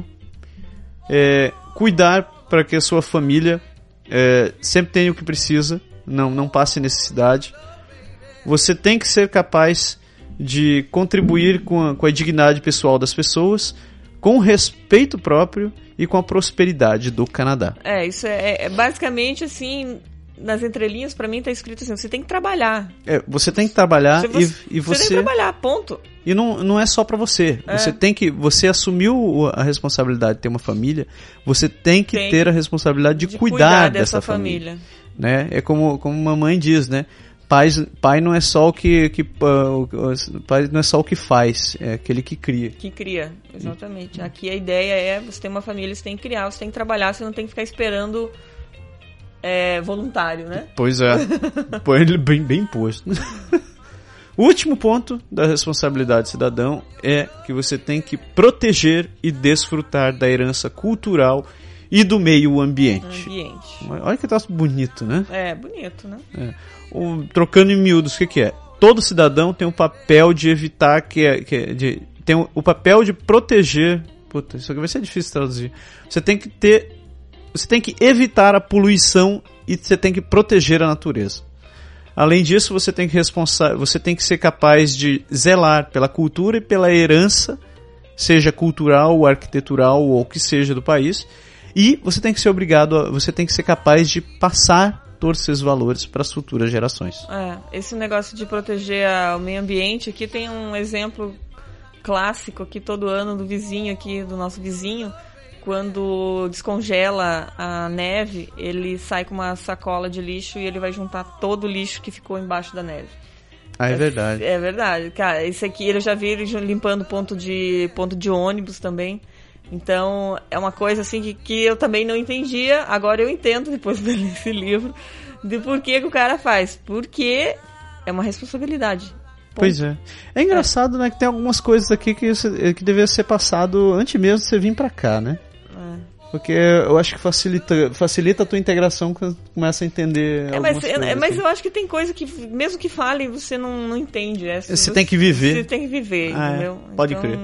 cuidar para que a sua família sempre tenha o que precisa, não passe necessidade. Você tem que ser capaz de contribuir com a dignidade pessoal das pessoas, com respeito próprio e com a prosperidade do Canadá. Isso é basicamente assim... Nas entrelinhas, pra mim, tá escrito assim, você tem que trabalhar. Você tem que trabalhar e você... Você tem que trabalhar, ponto. E não é só pra você. Você assumiu a responsabilidade de ter uma família, você tem que ter a responsabilidade de cuidar dessa família. Né? É como mamãe diz, né? Pai não é só o que pai não é só o que faz, é aquele que cria. Que cria, exatamente. Aqui a ideia você tem uma família, você tem que criar, você tem que trabalhar, você não tem que ficar esperando... voluntário, né? Pois é. Põe ele bem posto. O último ponto da responsabilidade cidadão é que você tem que proteger e desfrutar da herança cultural e do meio ambiente. Olha que troço bonito, né? Bonito, né? Trocando em miúdos, o que é? Todo cidadão tem o papel de evitar tem o papel de proteger... Puta, isso aqui vai ser difícil de traduzir. Você tem que ter... você tem que evitar a poluição e você tem que proteger a natureza. Além disso, você tem que ser capaz de zelar pela cultura e pela herança, seja cultural, arquitetural ou o que seja do país. E você tem que ser capaz de passar todos esses valores para as futuras gerações. Esse negócio de proteger o meio ambiente, aqui tem um exemplo clássico aqui todo ano do nosso vizinho. Quando descongela a neve, ele sai com uma sacola de lixo e ele vai juntar todo o lixo que ficou embaixo da neve. É verdade. É verdade. Cara, esse aqui eu já vi ele limpando ponto de ônibus também. Então, é uma coisa assim que eu também não entendia. Agora eu entendo, depois de ler esse livro, de por que o cara faz. Porque é uma responsabilidade. Pois é. É engraçado, né, que tem algumas coisas aqui que deveria ser passado antes mesmo de você vir pra cá, né? Porque eu acho que facilita a tua integração quando começa a entender algumas coisas. Mas eu acho que tem coisa que, mesmo que fale, você não entende. Você tem que viver. Você tem que viver, entendeu? Pode crer.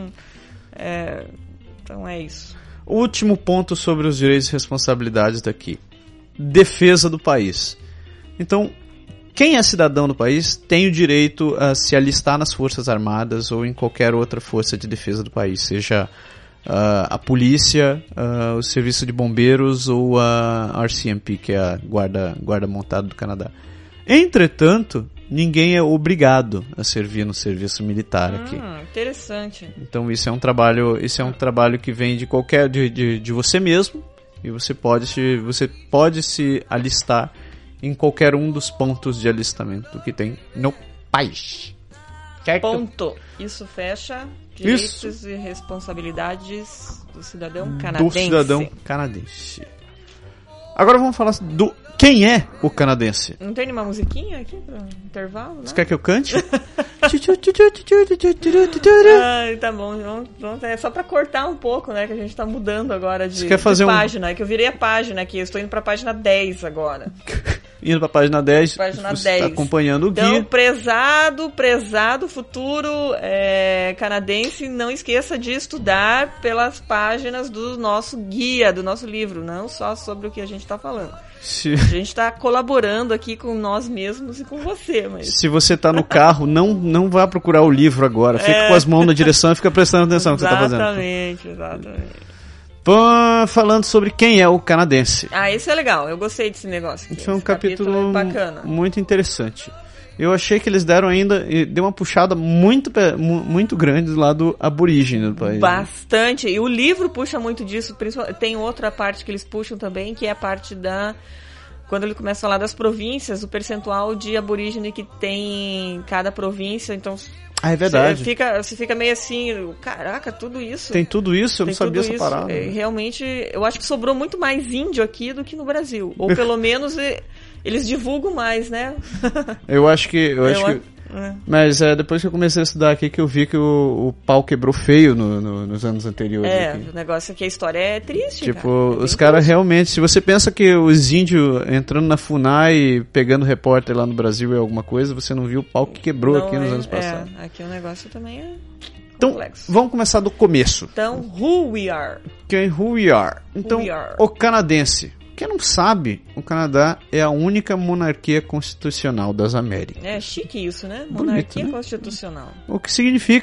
Então é isso. O último ponto sobre os direitos e responsabilidades daqui. Defesa do país. Então, quem é cidadão do país tem o direito a se alistar nas Forças Armadas ou em qualquer outra força de defesa do país, seja a polícia, o serviço de bombeiros ou a RCMP, que é a guarda montada do Canadá. Entretanto, ninguém é obrigado a servir no serviço militar aqui. Interessante. Então isso é um trabalho que vem de de você mesmo, e você pode se alistar em qualquer um dos pontos de alistamento que tem no país. Certo? Ponto. Isso fecha direitos e responsabilidades do cidadão canadense. Agora vamos falar do quem é o canadense. Não tem nenhuma musiquinha aqui para intervalo, né? Você quer que eu cante? Tá bom. É só para cortar um pouco, né? Que a gente tá mudando agora de página. É que eu virei a página aqui. Eu estou indo para a página 10 agora. Indo para a página 10, você está acompanhando o guia. Então, prezado futuro canadense, não esqueça de estudar pelas páginas do nosso guia, do nosso livro, não só sobre o que a gente está falando. A gente está colaborando aqui com nós mesmos e com você. Mas... Se você está no carro, não vá procurar o livro agora. Fica com as mãos na direção e fica prestando atenção no que você está fazendo. Exatamente. Falando sobre quem é o canadense. Esse é legal. Eu gostei desse negócio. Foi um capítulo bacana. Muito interessante. Eu achei que eles deu uma puxada muito grande do lado aborígene do país. Bastante. E o livro puxa muito disso. Tem outra parte que eles puxam também, que é a parte quando ele começa a falar das províncias, o percentual de aborígene que tem em cada província. Então, é verdade. Você fica meio assim, caraca, tudo isso. Tem tudo isso? Eu não sabia essa parada. Realmente, eu acho que sobrou muito mais índio aqui do que no Brasil. Ou pelo menos eles divulgam mais, né? Eu acho que... Mas depois que eu comecei a estudar aqui que eu vi que o pau quebrou feio nos anos anteriores. Aqui. O negócio aqui, a história é triste, tipo, os caras realmente... Se você pensa que os índios entrando na FUNAI e pegando repórter lá no Brasil é alguma coisa, você não viu o pau que quebrou aqui nos anos passados. Aqui o negócio também é Então, complexo. vamos começar do começo. Então, who we are. Who we are. Então, o canadense. Quem não sabe, o Canadá é a única monarquia constitucional das Américas. É chique isso, né? Monarquia bonito, né? constitucional. O que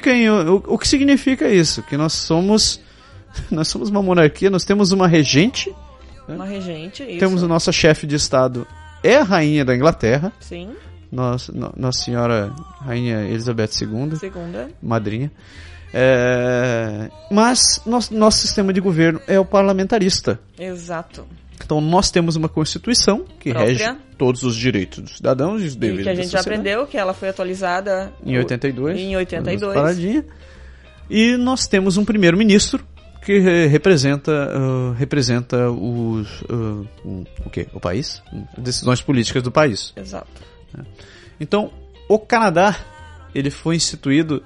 significa isso? Que nós somos uma monarquia, nós temos uma regente. Né? Uma regente, isso. Temos a nossa chefe de Estado, é a rainha da Inglaterra. Sim. Nossa Senhora Rainha Elizabeth II. Madrinha. Mas nosso sistema de governo é o parlamentarista. Exato. Então nós temos uma Constituição que rege todos os direitos dos cidadãos e os deveres da sociedade. E que a gente já aprendeu que ela foi atualizada em 82. Em E nós temos um primeiro-ministro que representa o país, decisões políticas do país. Exato. Então, o Canadá ele foi instituído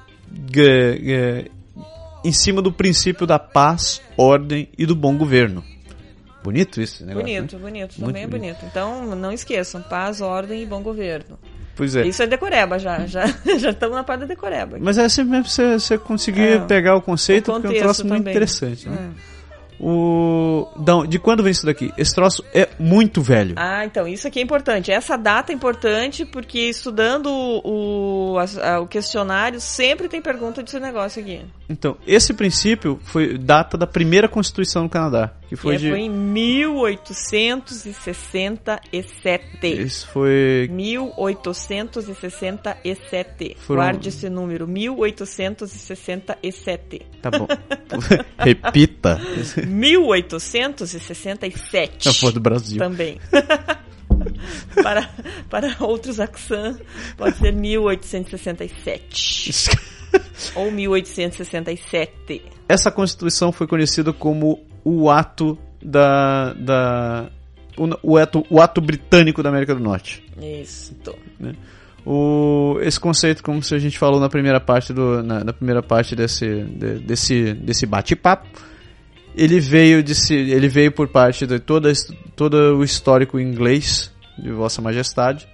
em cima do princípio da paz, ordem e do bom governo. Bonito esse negócio. Bonito. Também é bonito. Então, não esqueçam, paz, ordem e bom governo. Pois é. Isso é decoreba já estamos na parte da decoreba. Mas é sempre mesmo você conseguir pegar o conceito, porque é um troço muito interessante. Né? De quando vem isso daqui? Esse troço é muito velho. Ah, então, isso aqui é importante. Essa data é importante porque estudando o questionário sempre tem pergunta desse negócio aqui. Então, esse princípio foi data da primeira Constituição do Canadá, que foi foi em 1867. Isso foi... 1867. Guarde esse número, 1867. Tá bom. Repita. 1867. É a do Brasil. Também. para outros accents, pode ser 1867. Ou 1867. Essa Constituição foi conhecida como o ato o ato britânico da América do Norte. Isso. Né? Esse conceito, como a gente falou na primeira parte desse bate-papo, ele veio por parte de todo o histórico inglês de Vossa Majestade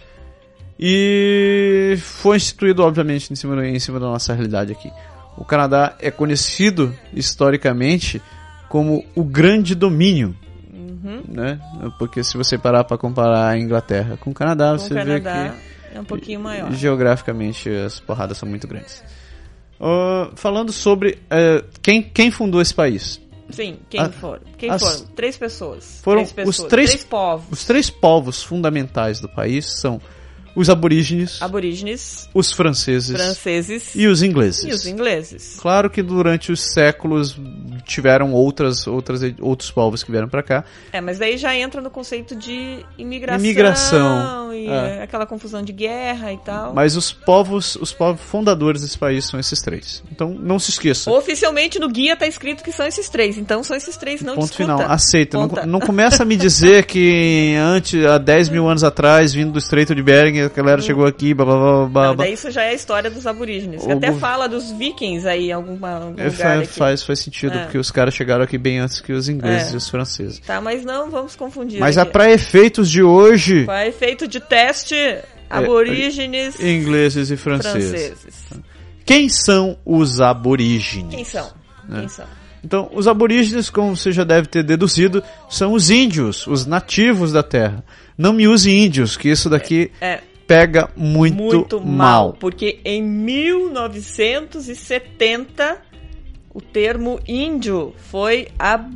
e foi instituído, obviamente, em cima da nossa realidade aqui. O Canadá é conhecido historicamente como o grande domínio, né? Porque se você parar para comparar a Inglaterra com o Canadá, você vê que é um pouquinho maior. Geograficamente as porradas são muito grandes. Falando sobre quem fundou esse país. Sim, foram? Três pessoas. Três povos. Os três povos fundamentais do país são os aborígenes, os franceses e os ingleses. Claro que durante os séculos tiveram outros povos que vieram para cá. Mas daí já entra no conceito de imigração e aquela confusão de guerra e tal. Mas os povos fundadores desse país são esses três. Então não se esqueça. Oficialmente no guia tá escrito que são esses três. Então são esses três, não Ponto discuta. final, aceita. Não começa a me dizer que há 10 mil anos atrás, vindo do Estreito de Bering, a galera chegou aqui, blá. Não, daí isso já é a história dos aborígenes. Até fala dos vikings aí em algum lugar aqui. Faz sentido, porque os caras chegaram aqui bem antes que os ingleses e os franceses. Tá, mas não vamos confundir. Mas para efeitos de hoje... Para efeito de teste, aborígenes... ingleses e franceses. Quem são os aborígenes? Quem são? Então, os aborígenes, como você já deve ter deduzido, são os índios, os nativos da terra. Não me use índios, que isso daqui pega muito mal. Porque em 1970 o termo índio foi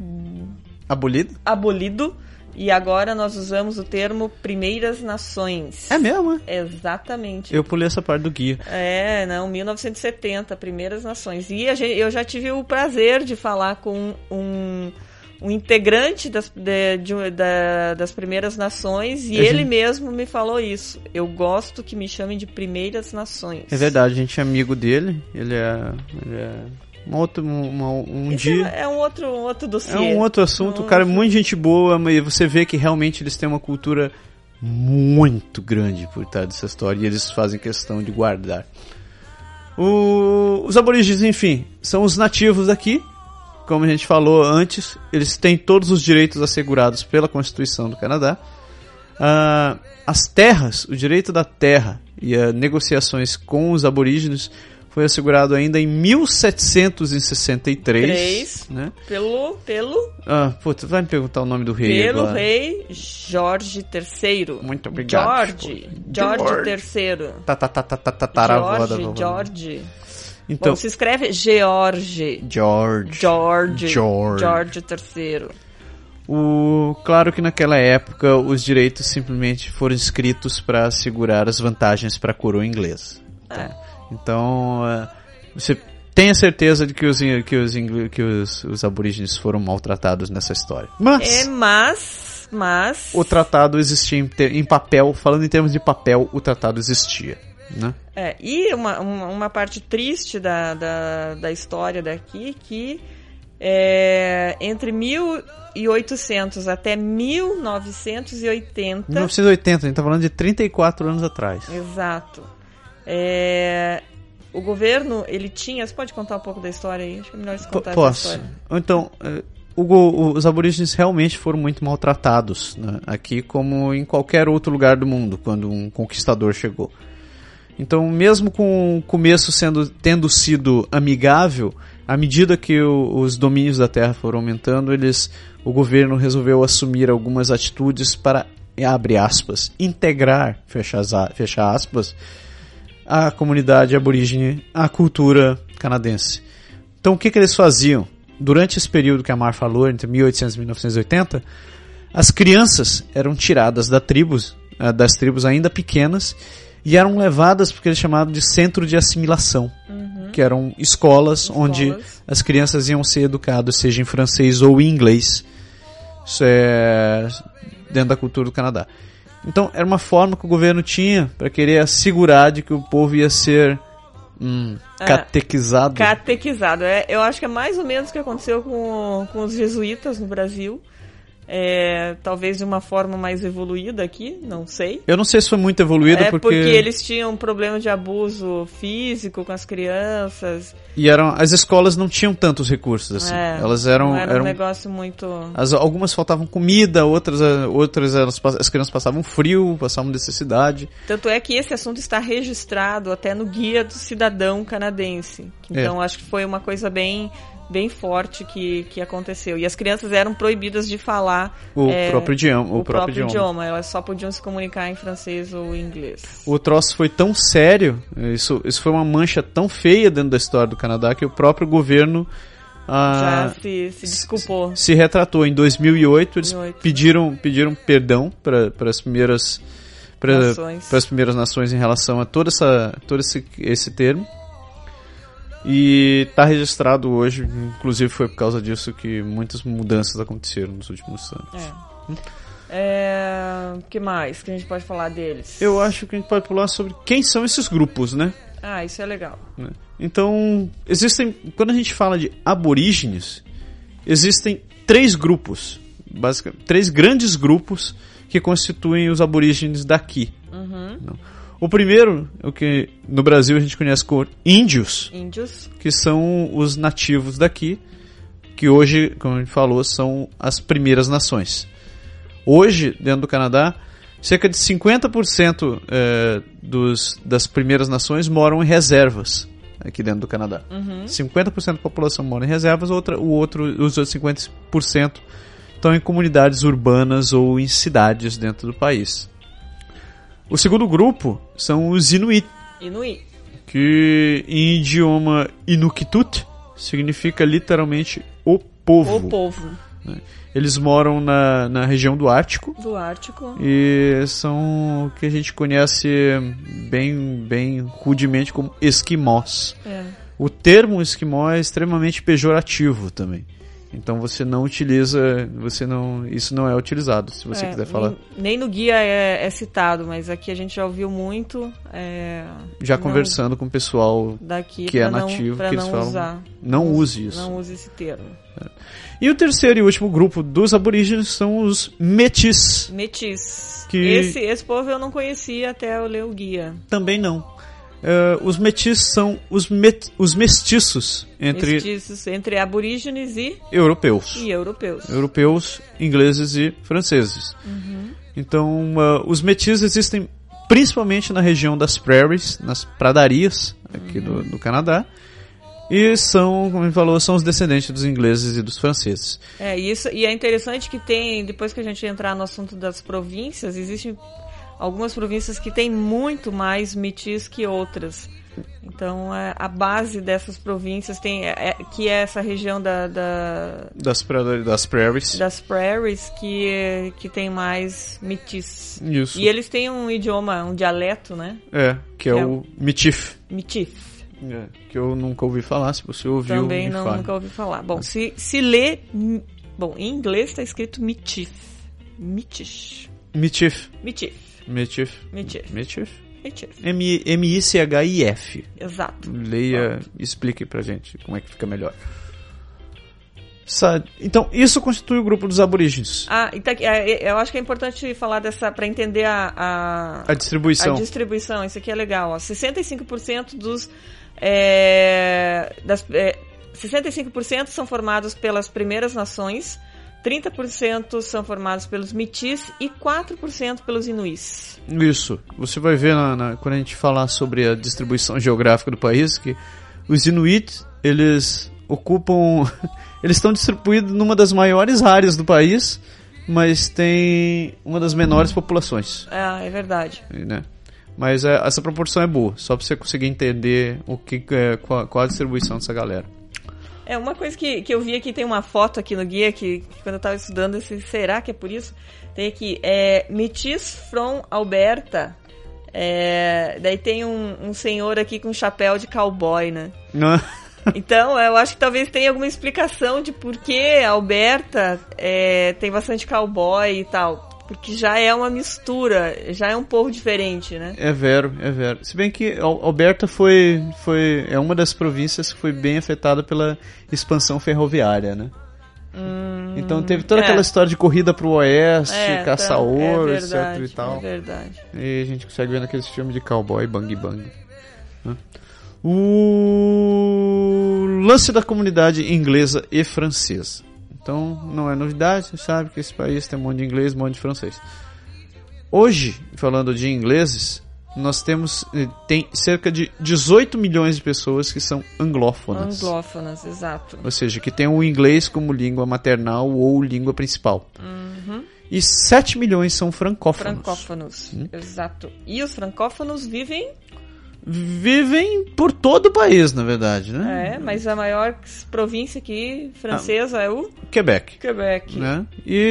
abolido e agora nós usamos o termo Primeiras Nações. É mesmo? Exatamente. Eu pulei essa parte do guia. 1970, Primeiras Nações. E eu já tive o prazer de falar com um integrante das Primeiras Nações e ele mesmo me falou isso. Eu gosto que me chamem de Primeiras Nações. É verdade, a gente é amigo dele. Ele é dia... É um outro dossiê. É um outro assunto. O cara é muito gente boa, mas você vê que realmente eles têm uma cultura muito grande por trás dessa história e eles fazem questão de guardar. Os aborígenes, enfim, são os nativos daqui. Como a gente falou antes, eles têm todos os direitos assegurados pela Constituição do Canadá. As terras, o direito da terra e as negociações com os aborígenes foi assegurado ainda em 1763. Né? Pelo... vai me perguntar o nome do rei pelo agora. Rei Jorge III. Muito obrigado. George III. George. Então, bom, se escreve George III. Claro que naquela época os direitos simplesmente foram escritos para assegurar as vantagens para a coroa inglesa. Então, você tem a certeza de que os aborígenes foram maltratados nessa história. Mas o tratado existia em papel, falando em termos de papel, o tratado existia. Né? E uma parte triste da história daqui, que entre 1800 até 1980... 1980, a gente tá falando de 34 anos atrás. Exato. O governo, ele tinha... Você pode contar um pouco da história aí? Acho que é melhor você contar essa história. Então, os aborígenes realmente foram muito maltratados, né? Aqui como em qualquer outro lugar do mundo, quando um conquistador chegou. Então, mesmo com o começo tendo sido amigável, à medida que os domínios da terra foram aumentando, o governo resolveu assumir algumas atitudes para, abre aspas, integrar, fecha aspas, a comunidade aborígene à cultura canadense. Então o que eles faziam? Durante esse período que a Mar falou, entre 1800 e 1980, as crianças eram tiradas das tribos ainda pequenas e eram levadas para o que eles chamavam de centro de assimilação, que eram escolas onde as crianças iam ser educadas, seja em francês ou em inglês. Isso é dentro da cultura do Canadá. Então era uma forma que o governo tinha para querer assegurar de que o povo ia ser catequizado. Catequizado. Eu acho que é mais ou menos o que aconteceu com os jesuítas no Brasil. Talvez de uma forma mais evoluída aqui, não sei. Eu não sei se foi muito evoluída porque eles tinham problema de abuso físico com as crianças. E as escolas não tinham tantos recursos assim. Elas eram um negócio muito. Algumas faltavam comida, outras as crianças passavam frio, passavam necessidade. Tanto é que esse assunto está registrado até no Guia do Cidadão Canadense. Então acho que foi uma coisa bem forte que aconteceu. E as crianças eram proibidas de falar o próprio idioma. Elas só podiam se comunicar em francês ou em inglês. O troço foi tão sério, isso foi uma mancha tão feia dentro da história do Canadá que o próprio governo já se desculpou. Se retratou. Em 2008, eles pediram perdão para as primeiras nações em relação a todo esse termo. E está registrado hoje, inclusive foi por causa disso que muitas mudanças aconteceram nos últimos anos. Que mais que a gente pode falar deles? Eu acho que a gente pode falar sobre quem são esses grupos, né? Isso é legal. Então, quando a gente fala de aborígenes, existem 3 grupos, basicamente, 3 grandes grupos que constituem os aborígenes daqui. O primeiro, o que no Brasil a gente conhece como índios, que são os nativos daqui, que hoje, como a gente falou, são as primeiras nações. Hoje, dentro do Canadá, cerca de 50% das primeiras nações moram em reservas aqui dentro do Canadá. 50% da população mora em reservas, os outros 50% estão em comunidades urbanas ou em cidades dentro do país. O segundo grupo são os Inuit. Que em idioma Inuktitut significa literalmente o povo. Eles moram na região do Ártico. E são o que a gente conhece bem rudemente como esquimós. O termo esquimó é extremamente pejorativo também. Então você não utiliza, isso não é utilizado, se você quiser falar. Nem no guia é citado, mas aqui a gente já ouviu muito. Conversando com o pessoal daqui que é nativo, que eles falam. Não use isso. Não use esse termo. E o terceiro e último grupo dos aborígenes são os metis. Esse povo eu não conhecia até eu ler o guia. Também não. Os metis são os mestiços entre aborígenes e europeus. Europeus, ingleses e franceses. Então, os metis existem principalmente na região das prairies, nas pradarias aqui do Canadá. E são, como a gente falou, são os descendentes dos ingleses e dos franceses. E é interessante que depois que a gente entrar no assunto das províncias, existem algumas províncias que têm muito mais metis que outras. Então, a base dessas províncias que é essa região das prairies. Das prairies que tem mais metis. Isso. E eles têm um idioma, um dialeto, né? Que é o Michif. Que eu nunca ouvi falar, se você ouviu, também nunca ouvi falar. Bom, se lê... Bom, em inglês está escrito Michif. Michif. M-I-C-H-I-F. Exato. Leia e explique pra gente como é que fica melhor. Então, isso constitui o grupo dos aborígenes. Eu acho que é importante falar para entender a distribuição. A distribuição, isso aqui é legal. 65% 65% são formados pelas primeiras nações, 30% são formados pelos metis e 4% pelos inuits. Isso. Você vai ver quando a gente falar sobre a distribuição geográfica do país que os inuits, eles ocupam... Eles estão distribuídos numa das maiores áreas do país, mas tem uma das menores populações. É verdade. Né? Mas essa proporção é boa, só para você conseguir entender qual a distribuição dessa galera. Uma coisa que eu vi aqui, tem uma foto aqui no guia, que quando eu estava estudando, será que é por isso? Tem aqui, Métis from Alberta. Daí tem um senhor aqui com um chapéu de cowboy, né? Então, eu acho que talvez tenha alguma explicação de por que Alberta tem bastante cowboy e tal. Porque já é uma mistura, já é um povo diferente, né? É vero. Se bem que Alberta é uma das províncias que foi bem afetada pela expansão ferroviária, né? Então teve toda aquela história de corrida pro oeste, caça ouro, etc e tal. É verdade. E a gente consegue ver naqueles filmes de cowboy, bang bang. Né? O lance da comunidade inglesa e francesa. Então, não é novidade, você sabe que esse país tem um monte de inglês, um monte de francês. Hoje, falando de ingleses, nós tem cerca de 18 milhões de pessoas que são anglófonas. Anglófonas, exato. Ou seja, que tem o inglês como língua maternal ou língua principal. E 7 milhões são francófonos. Francófonos, exato. E os francófonos vivem por todo o país, na verdade, né? Mas a maior província aqui francesa é o Quebec. Né?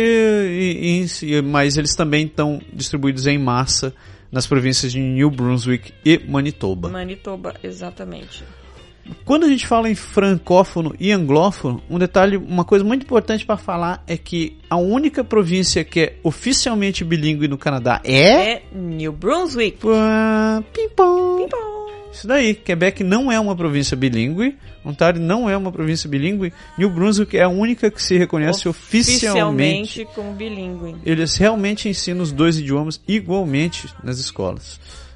Mas eles também estão distribuídos em massa nas províncias de New Brunswick e Manitoba. Manitoba, exatamente. Quando a gente fala em francófono e anglófono, uma coisa muito importante para falar é que a única província que é oficialmente bilíngue no Canadá é New Brunswick. Pim-pom. Isso daí, Quebec não é uma província bilíngue, Ontário não é uma província bilíngue, New Brunswick é a única que se reconhece oficialmente como bilíngue. Eles realmente ensinam os dois idiomas igualmente nas escolas.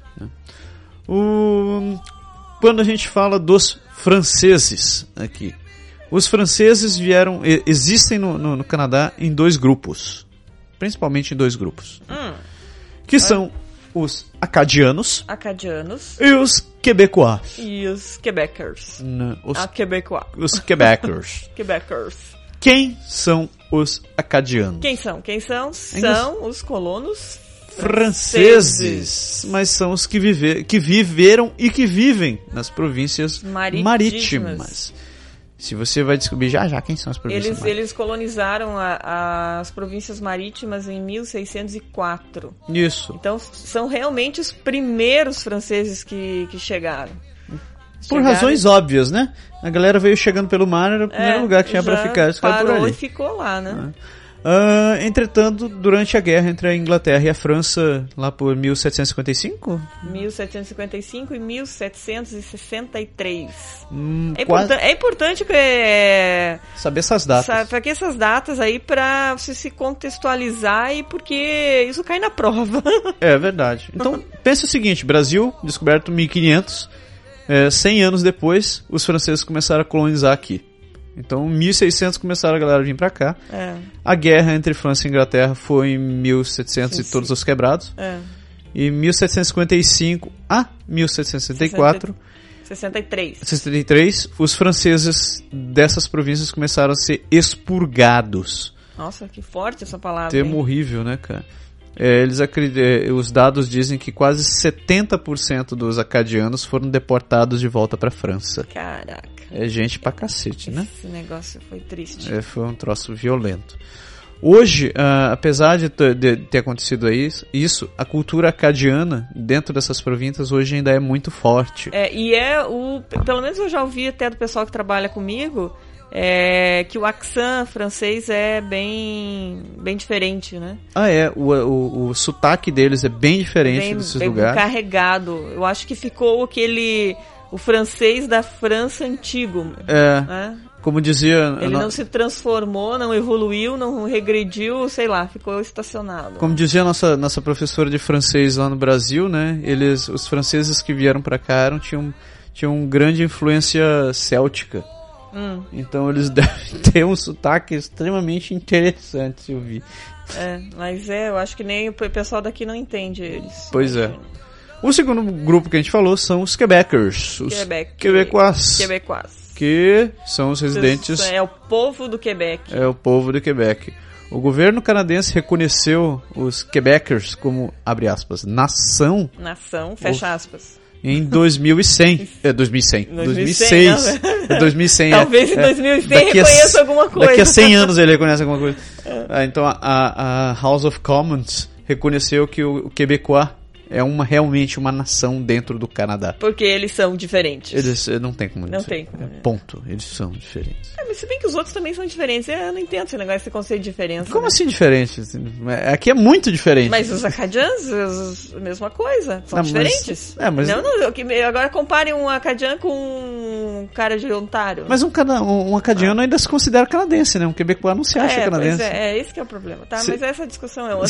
Quando a gente fala dos franceses aqui, os franceses existem no Canadá em dois grupos, principalmente em dois grupos, que são os acadianos e os quebecois. E os quebecers. Quebecois. Os quebecers. Quem são os acadianos? Quem são? São os colonos franceses, mas são os que viveram e que vivem nas províncias marítimas. Se você vai descobrir já quem são as províncias marítimas. Eles colonizaram as províncias marítimas em 1604. Isso. Então são realmente os primeiros franceses que chegaram. Por razões óbvias, né? A galera veio chegando pelo mar, era o primeiro lugar que tinha pra ficar. Parou e ficou lá, né? Entretanto, durante a guerra entre a Inglaterra e a França, lá por 1755? 1755 e 1763. É importante saber essas datas. Porque essas datas aí pra você se contextualizar e porque isso cai na prova. É verdade. Então, pensa o seguinte, Brasil, descoberto em 1500, 100 anos depois, os franceses começaram a colonizar aqui. Então, em 1600 começaram a galera a vir pra cá. A guerra entre França e Inglaterra foi em 1700 e todos os quebrados. E 1755 a 1764... 63, os franceses dessas províncias começaram a ser expurgados. Nossa, que forte essa palavra. Termo horrível, né, cara? Os dados dizem que quase 70% dos acadianos foram deportados de volta pra França. Caraca. É gente pra cacete, né? Esse negócio foi triste. Foi um troço violento. Hoje, apesar de ter acontecido isso, a cultura acadiana dentro dessas províncias hoje ainda é muito forte. Pelo menos eu já ouvi até do pessoal que trabalha comigo, que o accent francês é bem diferente, né? O sotaque deles é bem diferente desses lugares. Bem carregado. Eu acho que ficou o francês da França antigo. Né? Como dizia... Ele não se transformou, não evoluiu, não regrediu, sei lá, ficou estacionado. Como dizia a nossa professora de francês lá no Brasil, né? Os franceses que vieram pra cá tinham grande influência céltica. Então eles devem ter um sotaque extremamente interessante, se eu vi. Mas eu acho que nem o pessoal daqui não entende eles. Pois é. O segundo grupo que a gente falou são os quebecers, os quebecois. que são os residentes... É o povo do Quebec. É o povo do Quebec. O governo canadense reconheceu os Quebecers como, abre aspas, nação... Nação, fecha aspas. Em 2100. 2100. 2006. 2100. Talvez em 2100 reconheça alguma coisa. Daqui a 100 anos ele reconhece alguma coisa. Então a House of Commons reconheceu que o Quebecois é realmente uma nação dentro do Canadá. Porque eles são diferentes. Eles não tem como dizer. Não tem como. Ponto. Eles são diferentes. Mas se bem que os outros também são diferentes. Eu não entendo esse negócio, esse conceito de diferença. Como assim diferentes? Aqui é muito diferente. Mas os acadianos, a mesma coisa. São diferentes. Mas... Agora compare um acadiano com um cara de Ontário. Mas um acadiano ainda se considera canadense, né? Um quebecois não se acha canadense. Esse que é o problema. Tá, mas essa discussão é outra.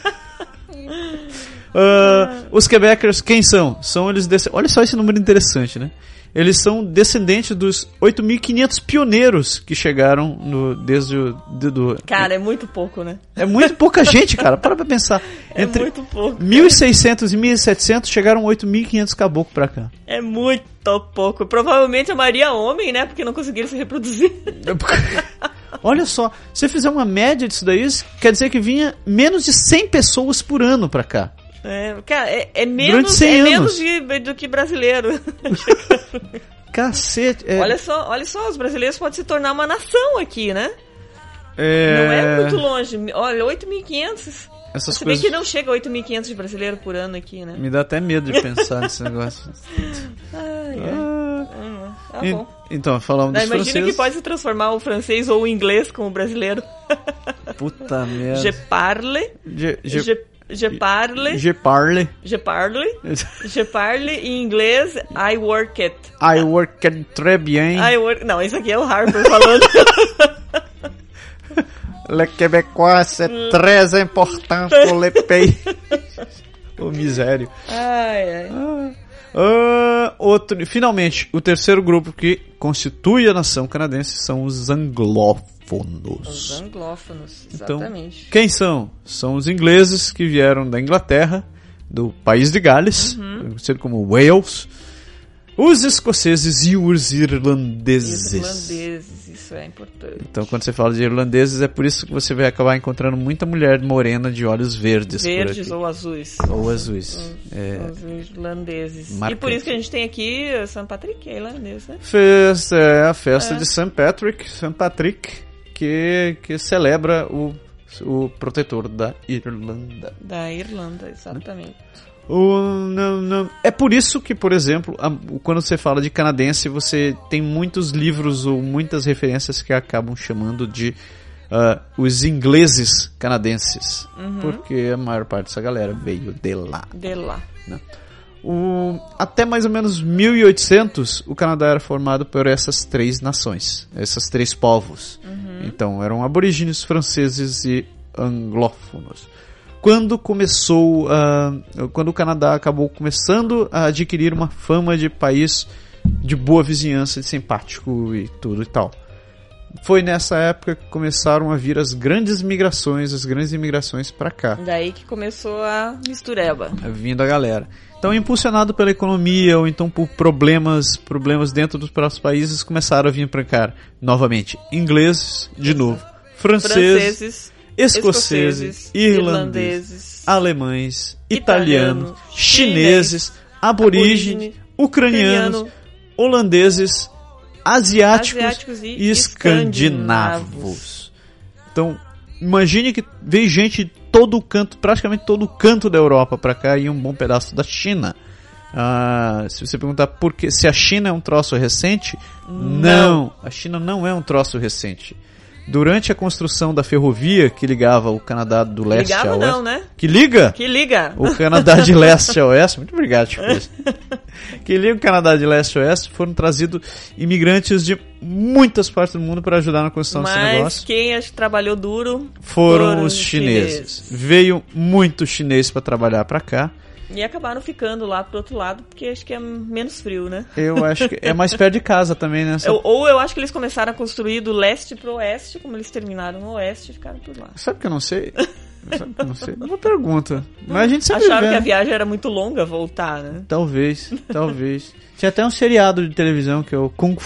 Os Quebecers, quem são? São eles olha só esse número interessante, né? Eles são descendentes dos 8.500 pioneiros que chegaram desde o... Cara, é muito pouco, né? É muito pouca gente, cara. Para pra pensar. Entre muito pouco. 1.600 e 1.700 chegaram 8.500 caboclos pra cá. É muito pouco. Provavelmente a maioria homem, né? Porque não conseguiram se reproduzir. Olha só, se você fizer uma média disso daí, quer dizer que vinha menos de 100 pessoas por ano pra cá. Cara, é menos do que brasileiro. Cacete. Olha só, os brasileiros podem se tornar uma nação aqui, né? Não é muito longe. Olha, 8.500. Se bem que não chega a 8.500 de brasileiro por ano aqui, né? Me dá até medo de pensar nesse negócio. Tá bom. Então, falando dos franceses... Imagina que pode se transformar o francês ou o inglês como brasileiro. Puta merda. Je parle. Em inglês, I work it. I work it très bien. Não, isso aqui é o Harper falando. Le Québécois, c'est très important pour les pays. Ô, misério. Finalmente, o terceiro grupo que constitui a nação canadense são os anglófonos. Os anglófonos, exatamente. Então, quem são? São os ingleses que vieram da Inglaterra, do país de Gales, conhecido como Wales, os escoceses e os irlandeses. Isso é importante. Então, quando você fala de irlandeses, é por isso que você vai acabar encontrando muita mulher morena de olhos verdes. Verdes ou azuis. Ou azuis. Os irlandeses. Marcante. E por isso que a gente tem aqui St. Patrick, é irlandês, né? A festa de St. Patrick, que celebra o protetor da Irlanda. Da Irlanda, exatamente. É por isso que, por exemplo, quando você fala de canadense, você tem muitos livros ou muitas referências que acabam chamando de os ingleses canadenses. Porque a maior parte dessa galera veio de lá. Né? Até mais ou menos 1800, o Canadá era formado por essas três nações, esses três povos. Então, eram aborígenes, franceses e anglófonos. Quando o Canadá acabou começando a adquirir uma fama de país de boa vizinhança, de simpático e tudo e tal. Foi nessa época que começaram a vir as grandes imigrações para cá. Daí que começou a mistureba. Vindo a galera. Então, impulsionado pela economia ou então por problemas dentro dos próprios países, começaram a vir para cá novamente. Ingleses, de novo. Franceses, escoceses, irlandeses, alemães, italianos, chineses, aborígenes, ucranianos, holandeses, asiáticos e escandinavos. Então, imagine que veio gente de todo o canto, praticamente todo o canto da Europa para cá e um bom pedaço da China. Se você perguntar se a China é um troço recente, não. A China não é um troço recente. Durante a construção da ferrovia que ligava o Canadá do leste ao oeste... não, né? Que liga? Que liga. O Canadá de leste a oeste. Muito obrigado, Chico. Que liga o Canadá de leste a oeste. Foram trazidos imigrantes de muitas partes do mundo para ajudar na construção desse negócio. Mas quem acho que trabalhou duro foram os chineses. Veio muito chinês para trabalhar para cá. E acabaram ficando lá pro outro lado, porque acho que é menos frio, né? Eu acho que é mais perto de casa também, né? Ou eu acho que eles começaram a construir do leste pro oeste, como eles terminaram no oeste e ficaram por lá. Sabe que eu não sei? Uma pergunta. Mas a gente sempre acharam que a viagem era muito longa voltar, né? Talvez. Tinha até um seriado de televisão que é o Kung Fu.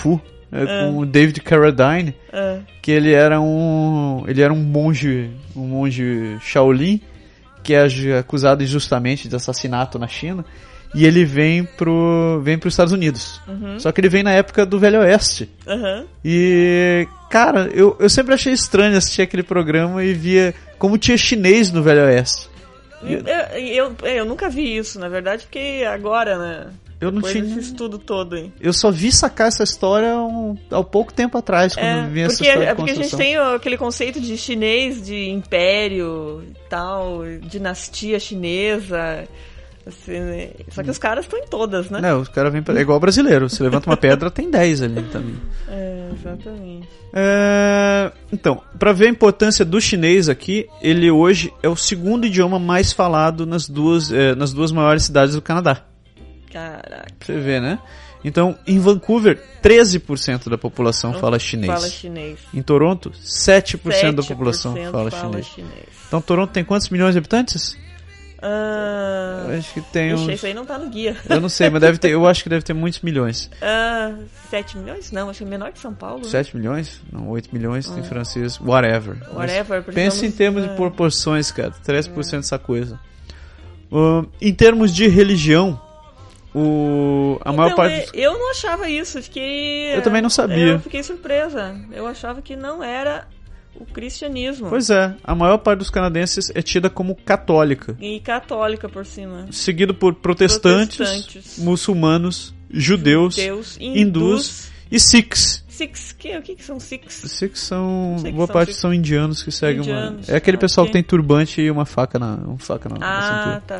com o David Carradine, que ele era um monge Shaolin, que é acusado injustamente de assassinato na China, e ele vem pros Estados Unidos. Só que ele vem na época do Velho Oeste. E, cara, eu sempre achei estranho assistir aquele programa e via como tinha chinês no Velho Oeste. Eu nunca vi isso, na verdade, porque agora, né? Eu não Depois tinha desse estudo todo, hein? Eu só vi sacar essa história há pouco tempo atrás, quando eu vi essa história de porque a gente construção. tem aquele conceito de chinês, de império e tal, dinastia chinesa. Assim, né? Só que os caras estão em todas, né? Não, os caras vêm é igual brasileiro. Você levanta uma pedra, tem 10 ali também. Exatamente. Então, pra ver a importância do chinês aqui, ele hoje é o segundo idioma mais falado nas duas maiores cidades do Canadá. Caraca. Pra você ver, né? Então, em Vancouver, 13% da população fala chinês. Fala chinês. Em Toronto, 7% da população fala chinês. Então, Toronto tem quantos milhões de habitantes? Eu acho que tem uns... Isso aí não tá no guia. Eu não sei, mas eu acho que deve ter muitos milhões. 7 milhões? Não, acho que é menor que São Paulo. 7 milhões? Não, 8 milhões tem francês. Whatever. Pensa em termos de proporções, cara. 13% dessa coisa. Em termos de religião, a maior parte... Eu não achava isso. Eu também não sabia. Eu fiquei surpresa. Eu achava que não era o cristianismo. Pois é, a maior parte dos canadenses é tida como católica. E católica por cima. Seguido por protestantes. Muçulmanos, judeus, hindus e sikhs. Sikhs? O que são sikhs? Sikhs são... boa parte são indianos que seguem É aquele pessoal que tem turbante e uma faca na cintura. Tá.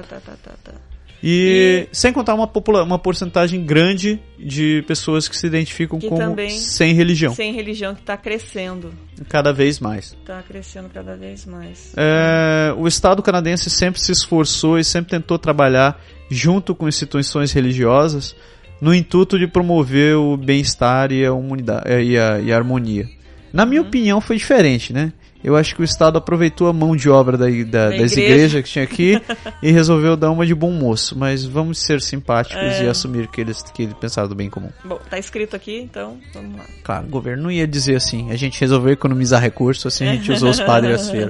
E sem contar uma porcentagem grande de pessoas que se identificam como sem religião. Sem religião, que está crescendo. Cada vez mais. Está crescendo cada vez mais. O Estado canadense sempre se esforçou e sempre tentou trabalhar junto com instituições religiosas no intuito de promover o bem-estar e a harmonia. Na minha opinião foi diferente, né? Eu acho que o Estado aproveitou a mão de obra das igrejas que tinha aqui e resolveu dar uma de bom moço. Mas vamos ser simpáticos e assumir que eles pensaram do bem comum. Bom, tá escrito aqui, então vamos lá. Claro, o governo não ia dizer assim, a gente resolveu economizar recursos, assim a gente usou os padres e as feiras.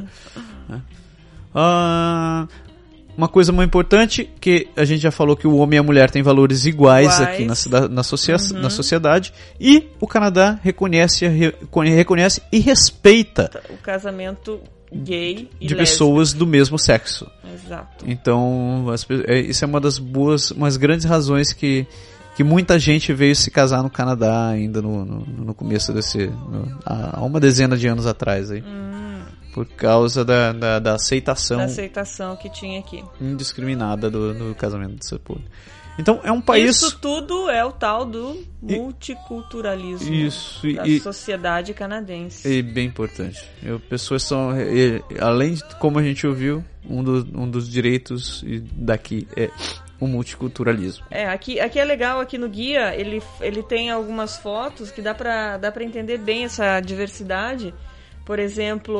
Uma coisa muito importante, que a gente já falou que o homem e a mulher têm valores iguais aqui na sociedade, e o Canadá reconhece e respeita o casamento gay e de pessoas do mesmo sexo. Exato. Então, isso é umas grandes razões que muita gente veio se casar no Canadá ainda no começo há uma dezena de anos atrás aí. Por causa da aceitação. Da aceitação que tinha aqui. Indiscriminada do casamento desse povo. Então, é um país... Isso tudo é o tal do multiculturalismo. Isso. Da sociedade canadense. É bem importante. Pessoas são... Além de, como a gente ouviu, um dos direitos daqui é o multiculturalismo. Aqui é legal, aqui no guia, ele tem algumas fotos que dá pra entender bem essa diversidade. Por exemplo,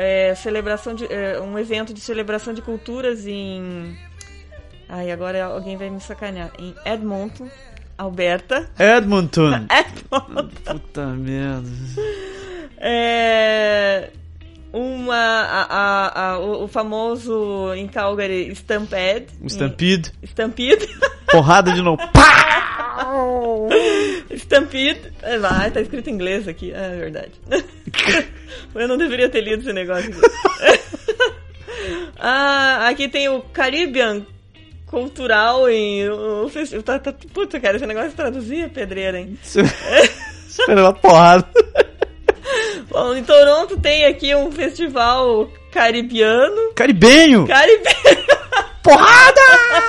um evento de celebração de culturas em... agora alguém vai me sacanear. Em Edmonton, Alberta. Edmonton! Puta merda. O famoso em Calgary Stampede. Stampede. Porrada de novo. Stampede. Tá escrito em inglês aqui. É verdade. Eu não deveria ter lido esse negócio aqui. Aqui tem o Caribbean Cultural em... Puta, cara, esse negócio de traduzir é pedreira, hein? Espera uma porrada. Bom, em Toronto tem aqui um festival caribenho. Porrada!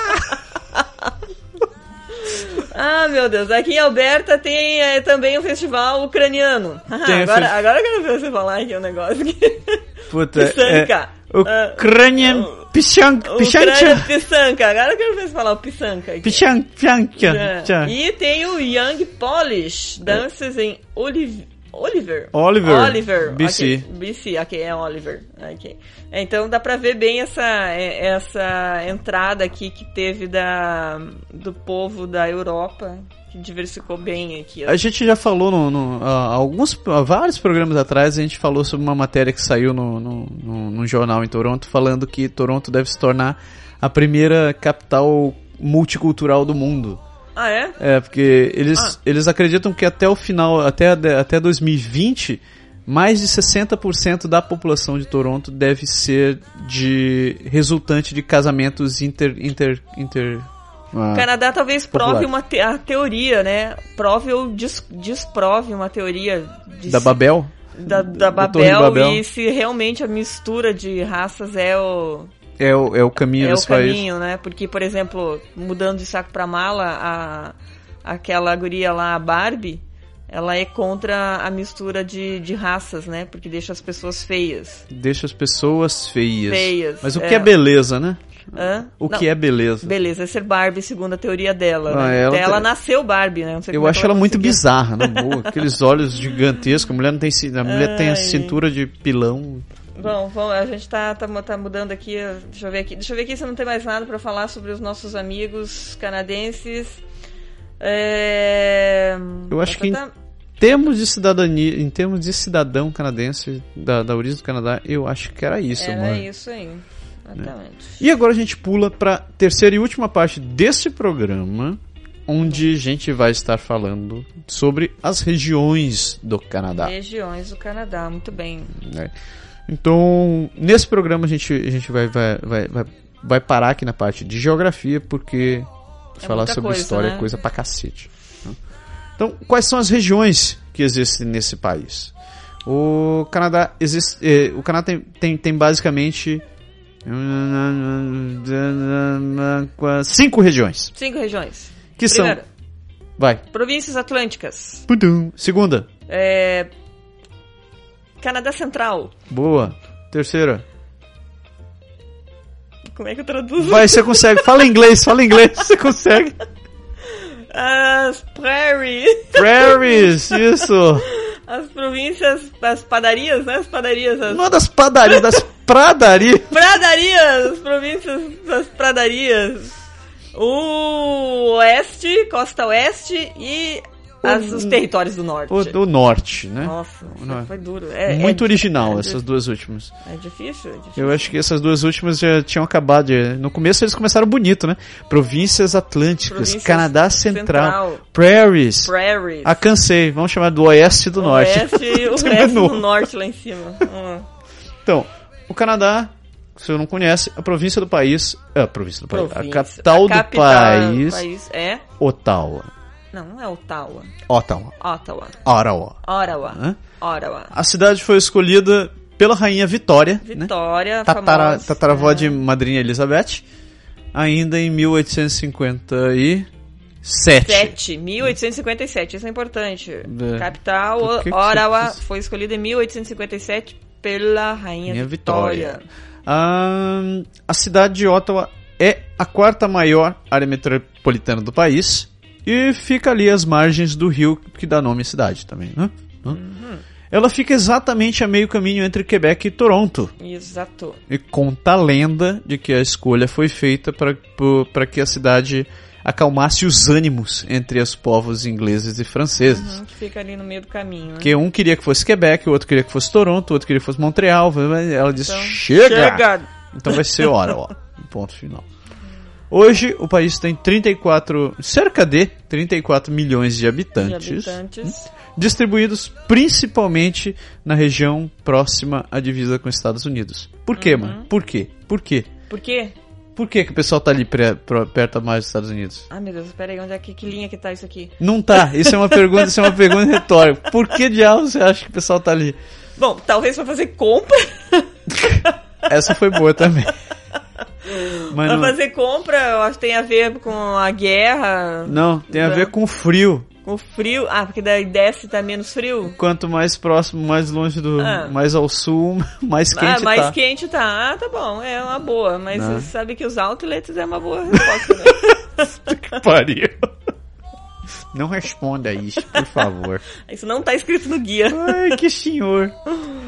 Meu Deus. Aqui em Alberta tem também um festival ucraniano. Agora eu quero ver você falar aqui um negócio aqui. Puta, Pisanka. Ucranian Pisanka. Agora eu quero ver você falar o Pisanka aqui. Pisanka. E tem o Young Polish Dances em Oliver, BC. BC, ok, é Oliver. Okay. Então dá pra ver bem essa entrada aqui que teve do povo da Europa que diversificou bem aqui. A gente já falou vários programas atrás, a gente falou sobre uma matéria que saiu num jornal em Toronto, falando que Toronto deve se tornar a primeira capital multicultural do mundo. Ah, é? É, porque eles acreditam que até o final, até 2020, mais de 60% da população de Toronto deve ser resultante de casamentos o Canadá talvez prove a teoria, né? Prove ou desprove uma teoria da Babel? Da Babel, e se realmente a mistura de raças é o caminho desse país. É o caminho, né? Porque, por exemplo, mudando de saco pra mala, aquela guria lá, a Barbie, ela é contra a mistura de raças, né? Porque deixa as pessoas feias. Deixa as pessoas feias. Mas o que é beleza, né? Que é beleza? Beleza é ser Barbie, segundo a teoria dela. Né? Ela nasceu Barbie, né? Não sei eu acho ela muito bizarra, na boa. Aqueles olhos gigantescos, a mulher tem a cintura de pilão. Bom, a gente tá mudando aqui. Deixa eu ver aqui se não tem mais nada pra falar sobre os nossos amigos canadenses. Eu acho que em termos de cidadania, em termos de cidadão canadense da origem do Canadá, eu acho que era isso, mano. Era isso aí. Exatamente. E agora a gente pula para terceira e última parte desse programa, onde a gente vai estar falando sobre as regiões do Canadá. Regiões do Canadá, muito bem. Então, nesse programa a gente vai parar aqui na parte de geografia, porque falar sobre história é coisa pra cacete. Então, quais são as regiões que existem nesse país? O Canadá tem basicamente 5 regiões. 5 regiões. Que Primeiro, são... Vai. Províncias Atlânticas. Segunda. Canadá Central. Boa. Terceira. Como é que eu traduzo? Vai, você consegue. Fala inglês, você consegue. As prairies. Prairies, isso. As províncias, as padarias, né? As padarias. Não das padarias, das pradarias. Pradarias, as províncias das pradarias. O oeste, costa oeste e os territórios do norte. Do norte, né? Nossa, foi duro. Muito original essas duas últimas. É difícil. Eu acho que essas duas últimas já tinham acabado. No começo eles começaram bonito, né? Províncias Atlânticas, Canadá Central. Prairies. Cansei. Vamos chamar do oeste e do norte. O resto do norte lá em cima. Então, o Canadá, se eu não conhece, a província do país... A capital do país é... Ottawa. Não é Ottawa. Ottawa. A cidade foi escolhida pela rainha Vitória, né? famosa. Tataravó de Madrinha Elizabeth, ainda em 1857. 1857, isso é importante. Capital, Ottawa, foi escolhida em 1857 pela rainha Vitória. A cidade de Ottawa é a 4ª maior área metropolitana do país. E fica ali às margens do rio que dá nome à cidade também, né? Ela fica exatamente a meio caminho entre Quebec e Toronto. Exato. E conta a lenda de que a escolha foi feita para que a cidade acalmasse os ânimos entre os povos ingleses e franceses. Que fica ali no meio do caminho, né? Porque um queria que fosse Quebec, o outro queria que fosse Toronto, o outro queria que fosse Montreal. Ela disse, então, chega! Então vai ser Ottawa. Ponto final. Hoje o país tem cerca de 34 milhões de habitantes. Distribuídos principalmente na região próxima à divisa com os Estados Unidos. Por quê, mano? Por quê? Por quê? Por que o pessoal tá ali perto mais dos Estados Unidos? Ah, meu Deus, peraí, onde é que linha que tá isso aqui? Não tá, isso é uma pergunta, retórica. Por que diabos você acha que o pessoal tá ali? Bom, talvez pra fazer compra. Essa foi boa também. Mas pra fazer compra, eu acho que tem a ver com a guerra. Não, tem a ver com o frio. Com o frio? Porque daí desce tá menos frio? Quanto mais próximo, mais longe mais ao sul, mais quente mais quente tá. Tá bom, é uma boa. Mas você sabe que os outlets é uma boa resposta, né? Que pariu. Não responda isso, por favor. Isso não tá escrito no guia. Ai, que senhor.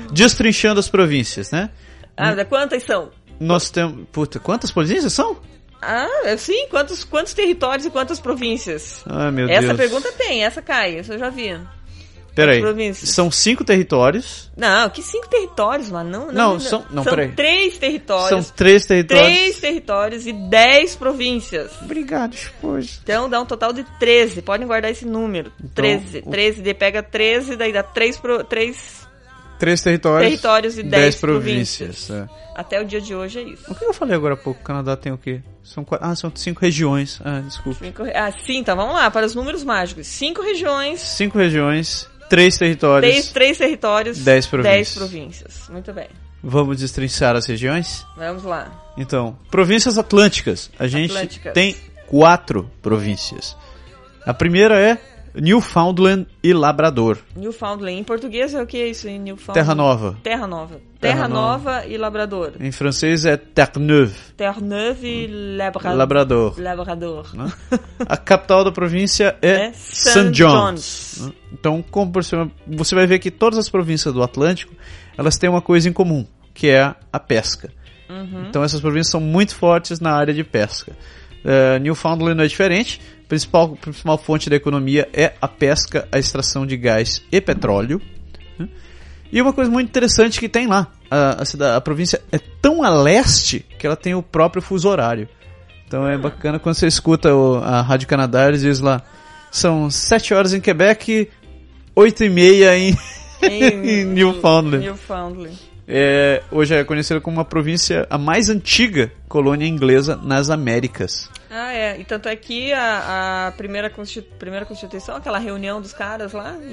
Destrinchando as províncias, né? Quantas são? Nós temos... quantas províncias são? Sim, quantos territórios e quantas províncias? Meu Deus. Essa pergunta tem, essa cai, essa eu já vi. Peraí, são 5 territórios. Não, que 5 territórios, mano? Não, são peraí. 3 territórios. São 3 territórios. 3 territórios e 10 províncias. Obrigado, esposa. Então dá um total de 13, podem guardar esse número. Então, 13, 13, pega 13, daí dá 3 territórios e 10 províncias. Até o dia de hoje é isso. O que eu falei agora há pouco? O Canadá tem o quê? São 5 regiões. Desculpa. Sim, então vamos lá, para os números mágicos. 5 regiões. 5 regiões, 3 territórios. 3 territórios, 10 províncias. 10 províncias. Muito bem. Vamos destrinchar as regiões? Vamos lá. Então, províncias atlânticas. A gente tem 4 províncias. A primeira é Newfoundland e Labrador. Newfoundland. Em português é o que é isso? Em Newfoundland? Terra Nova. Terra Nova e Labrador. Em francês é Terre-Neuve. Terre-Neuve e Labrador. Né? A capital da província é St. John's. Então, você vai ver que todas as províncias do Atlântico, elas têm uma coisa em comum, que é a pesca. Então, essas províncias são muito fortes na área de pesca. Newfoundland não é diferente. A principal fonte da economia é a pesca, a extração de gás e petróleo. E uma coisa muito interessante que tem lá, a província é tão a leste que ela tem o próprio fuso horário. Então é bacana quando você escuta a Rádio Canadá, eles dizem lá, são 7 horas em Quebec, 8h30 em Newfoundland. Hoje é conhecida como uma província, a mais antiga colônia inglesa nas Américas. E tanto é que a primeira Constituição, aquela reunião dos caras lá, em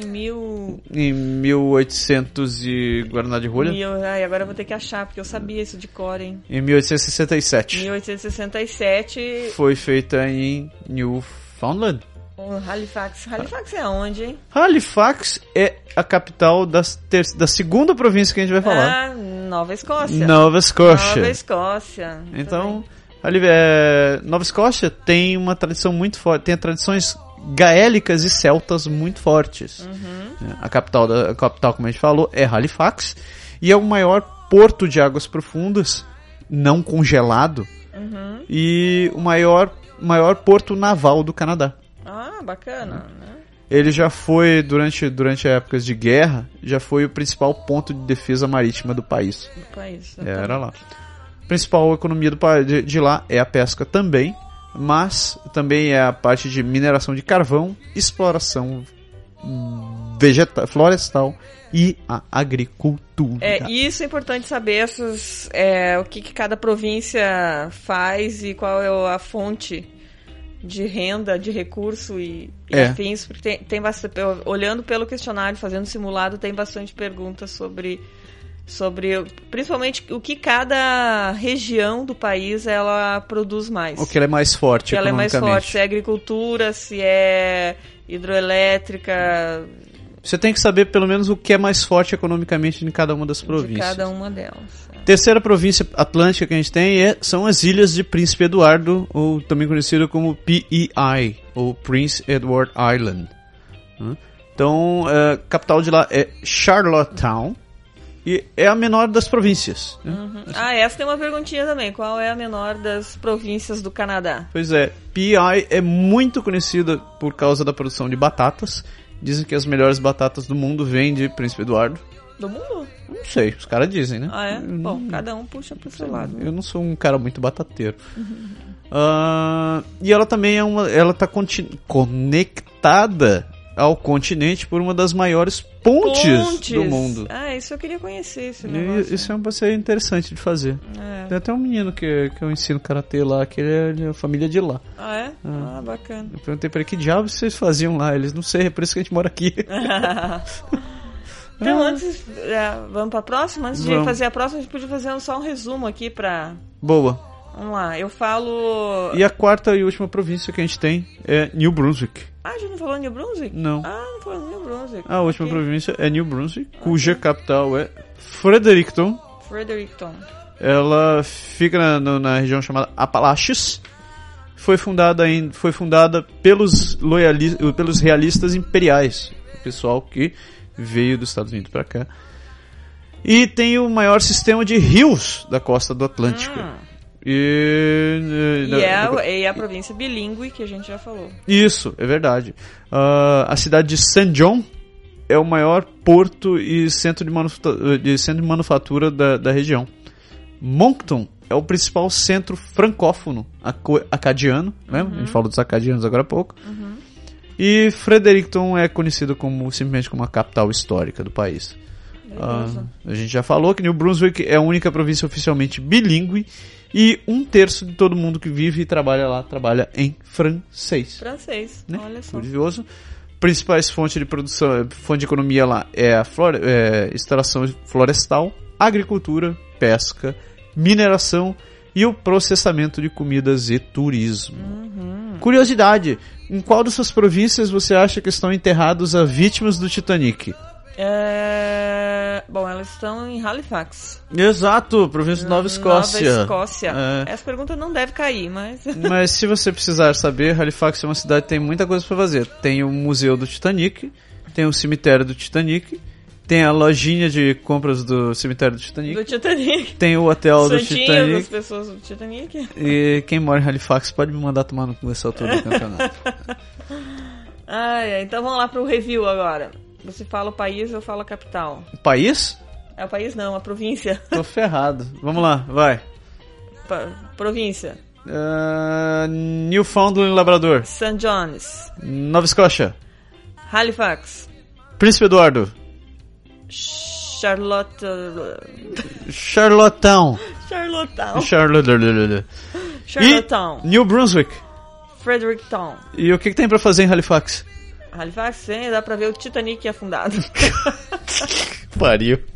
1800 e Guaraná de Rolha. Agora eu vou ter que achar, porque eu sabia isso de cor, hein. Em 1867. 1867. Foi feita em Newfoundland. Halifax. Halifax é onde, hein? Halifax é a capital da segunda província que a gente vai falar. Nova Escócia. Nova Escócia. Então, Nova Escócia tem uma tradição muito forte, tem tradições gaélicas e celtas muito fortes. A capital, como a gente falou, é Halifax e é o maior porto de águas profundas, não congelado, e o maior porto naval do Canadá. Bacana, né? Ele já foi, durante épocas de guerra, já foi o principal ponto de defesa marítima do país. Era lá. A principal economia de lá é a pesca também, mas também é a parte de mineração de carvão, exploração florestal e a agricultura. Isso é importante saber o que cada província faz e qual é a fonte de renda, de recurso e afins, porque tem bastante, olhando pelo questionário, fazendo simulado, tem bastante perguntas sobre principalmente o que cada região do país ela produz mais. O que ela é mais forte economicamente. Ela é mais forte, se é agricultura, se é hidroelétrica. Você tem que saber pelo menos o que é mais forte economicamente em cada uma das províncias. De cada uma delas. Terceira província atlântica que a gente tem são as Ilhas de Príncipe Eduardo, ou também conhecido como PEI, ou Prince Edward Island. Então, a capital de lá é Charlottetown, e é a menor das províncias. Essa tem uma perguntinha também. Qual é a menor das províncias do Canadá? Pois é, PEI é muito conhecida por causa da produção de batatas. Dizem que as melhores batatas do mundo vêm de Príncipe Eduardo. Do mundo? Não sei, os caras dizem, né? Bom, cada um puxa pro seu lado. Eu não sou um cara muito batateiro. E ela também ela tá conectada ao continente por uma das maiores pontes do mundo. Isso eu queria conhecer, esse negócio. Isso é uma coisa interessante de fazer. Tem até um menino que eu ensino karatê lá, que ele é a família de lá. Bacana. Eu perguntei pra ele, que diabos vocês faziam lá? Eles, não sei, é por isso que a gente mora aqui. Então, antes, vamos pra próxima? Antes de fazer a próxima, a gente podia fazer só um resumo aqui pra... Boa. Vamos lá, eu falo... E a quarta e última província que a gente tem é New Brunswick. A gente não falou New Brunswick? Não. Não falou New Brunswick. A última província é New Brunswick, cuja capital é Fredericton. Ela fica na região chamada Appalachians. Foi fundada pelos realistas imperiais, o pessoal que veio dos Estados Unidos para cá. E tem o maior sistema de rios da costa do Atlântico. E é a província bilíngue que a gente já falou. Isso, é verdade. A cidade de Saint John é o maior porto e centro de manufatura da região. Moncton é o principal centro francófono acadiano, né? A gente falou dos acadianos agora há pouco. E Fredericton é conhecido simplesmente como a capital histórica do país. A gente já falou que New Brunswick é a única província oficialmente bilíngue e 1/3 de todo mundo que vive e trabalha lá trabalha em francês. Né? Olha só. Curioso. Principais fontes de produção, fonte de economia lá é a extração florestal, agricultura, pesca, mineração e o processamento de comidas e turismo. Curiosidade, em qual dessas províncias você acha que estão enterrados as vítimas do Titanic? Bom, elas estão em Halifax. Exato, província de Nova Escócia. Nova Escócia. Essa pergunta não deve cair, mas... Mas se você precisar saber, Halifax é uma cidade que tem muita coisa para fazer. Tem o Museu do Titanic, tem o Cemitério do Titanic, tem a lojinha de compras do Cemitério do Titanic. Tem o hotel do Titanic. Das pessoas do Titanic. E quem mora em Halifax pode me mandar tomar no cu essa altura do campeonato. Então vamos lá pro review agora. Você fala o país, eu falo a capital. O país? É o país não, a província. Tô ferrado. Vamos lá, vai. Província. Newfoundland e Labrador. St. John's. Nova Escócia. Halifax. Príncipe Eduardo. Charlottetown. E New Brunswick. Fredericton. E o que tem pra fazer em Halifax? Halifax, dá pra ver o Titanic afundado. Pariu.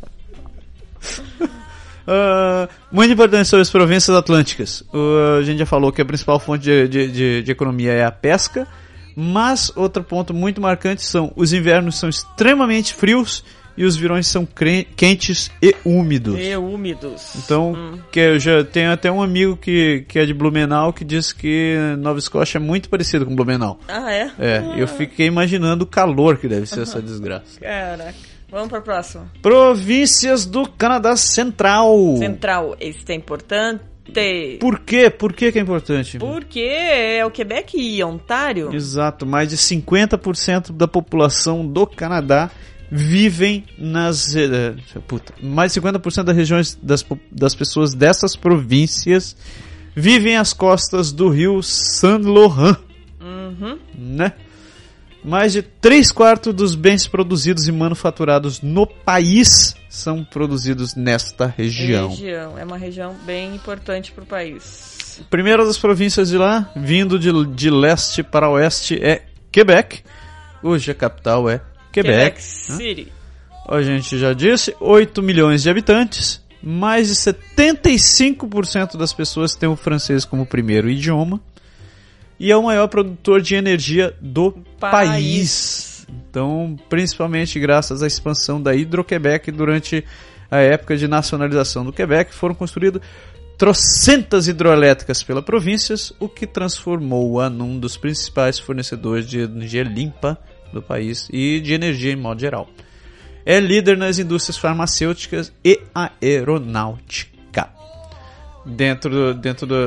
Muito importante sobre as províncias atlânticas. A gente já falou que a principal fonte de economia é a pesca, mas outro ponto muito marcante são os invernos são extremamente frios e os verões são quentes e úmidos. Então, que eu já tenho até um amigo que é de Blumenau que diz que Nova Escócia é muito parecido com Blumenau. Eu fiquei imaginando o calor que deve ser essa desgraça. Caraca. Vamos para a próxima. Províncias do Canadá Central. Isso é importante. Por quê? Por que é importante? Porque é o Quebec e Ontário. Exato. Mais de 50% da população do Canadá vivem nas... mais de 50% das regiões das pessoas dessas províncias vivem às costas do rio Saint Laurent. Né? Mais de 3/4 dos bens produzidos e manufaturados no país são produzidos nesta região. É uma região bem importante para o país. Primeira das províncias de lá, vindo de leste para oeste, é Quebec. Hoje a capital é Quebec City. A gente já disse, 8 milhões de habitantes. Mais de 75% das pessoas têm o francês como primeiro idioma. E é o maior produtor de energia do país. Então, principalmente graças à expansão da Hidro-Quebec durante a época de nacionalização do Quebec, foram construídas trocentas hidroelétricas pela província, o que transformou-a num dos principais fornecedores de energia limpa do país e de energia em modo geral. É líder nas indústrias farmacêuticas e aeronáutica. Dentro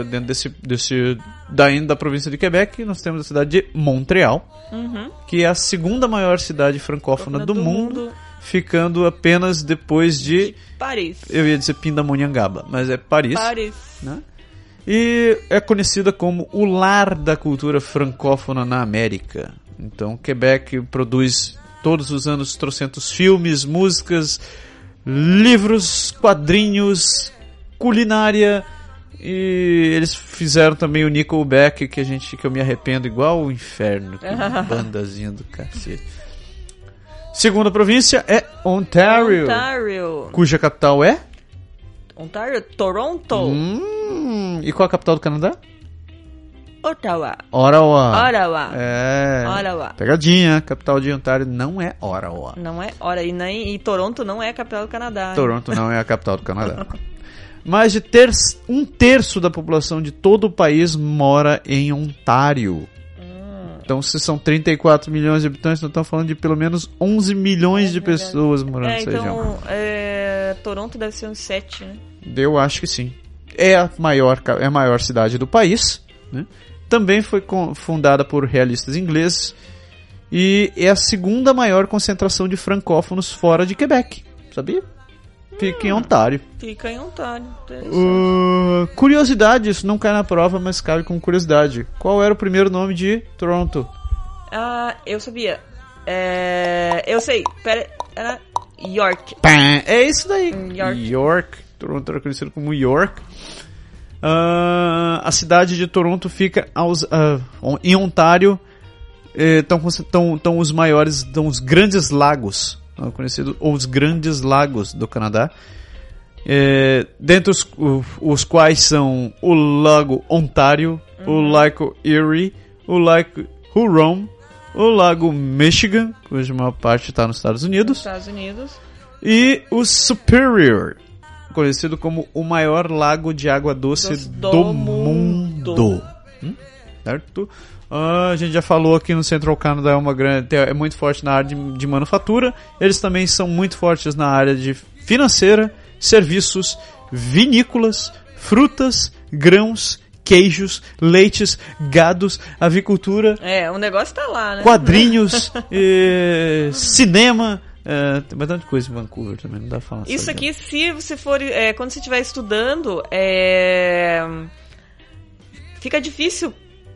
da província de Quebec, nós temos a cidade de Montreal, que é a segunda maior cidade francófona do mundo, ficando apenas depois de Paris. Eu ia dizer Pindamonhangaba, mas é Paris. Né? E é conhecida como o lar da cultura francófona na América. Então, Quebec produz todos os anos trocentos filmes, músicas, livros, quadrinhos, culinária, e eles fizeram também o Nickelback, que eu me arrependo igual o inferno, que bandazinha do cacete. Segunda província é Ontario, cuja capital é? Ontario, Toronto. E qual a capital do Canadá? Ottawa. Ottawa. Ottawa. Pegadinha, a capital de Ontário não é Ottawa. Não é Ottawa, e Toronto não é a capital do Canadá. Toronto não é a capital do Canadá. Mais de 1/3 da população de todo o país mora em Ontário. Então, se são 34 milhões de habitantes, nós estamos falando de pelo menos 11 milhões de pessoas morando nessa região. Toronto deve ser uns 7, né? Eu acho que sim. é a maior cidade do país, né? Também foi fundada por realistas ingleses e é a segunda maior concentração de francófonos fora de Quebec, sabia? Fica em Ontário. Fica em Ontário. Curiosidade, isso não cai na prova, mas cabe como curiosidade. Qual era o primeiro nome de Toronto? Eu sabia. Eu sei. Pera, era York. É isso daí. York. Toronto era conhecido como York. A cidade de Toronto fica em Ontário. Estão os maiores, estão os Grandes Lagos, conhecidos os Grandes Lagos do Canadá, dentre os quais são o Lago Ontário, o Lago Erie, o Lago Huron, o Lago Michigan, cuja maior parte está nos Estados Unidos, e o Superior, conhecido como o maior lago de água doce do mundo. Certo? A gente já falou aqui no Central Canada, é muito forte na área de manufatura. Eles também são muito fortes na área de financeira, serviços, vinícolas, frutas, grãos, queijos, leites, gados, avicultura. O negócio tá lá, né? Quadrinhos, cinema. Tem bastante coisa em Vancouver também, não dá pra falar. Isso aqui, se você for... quando você estiver estudando, fica difícil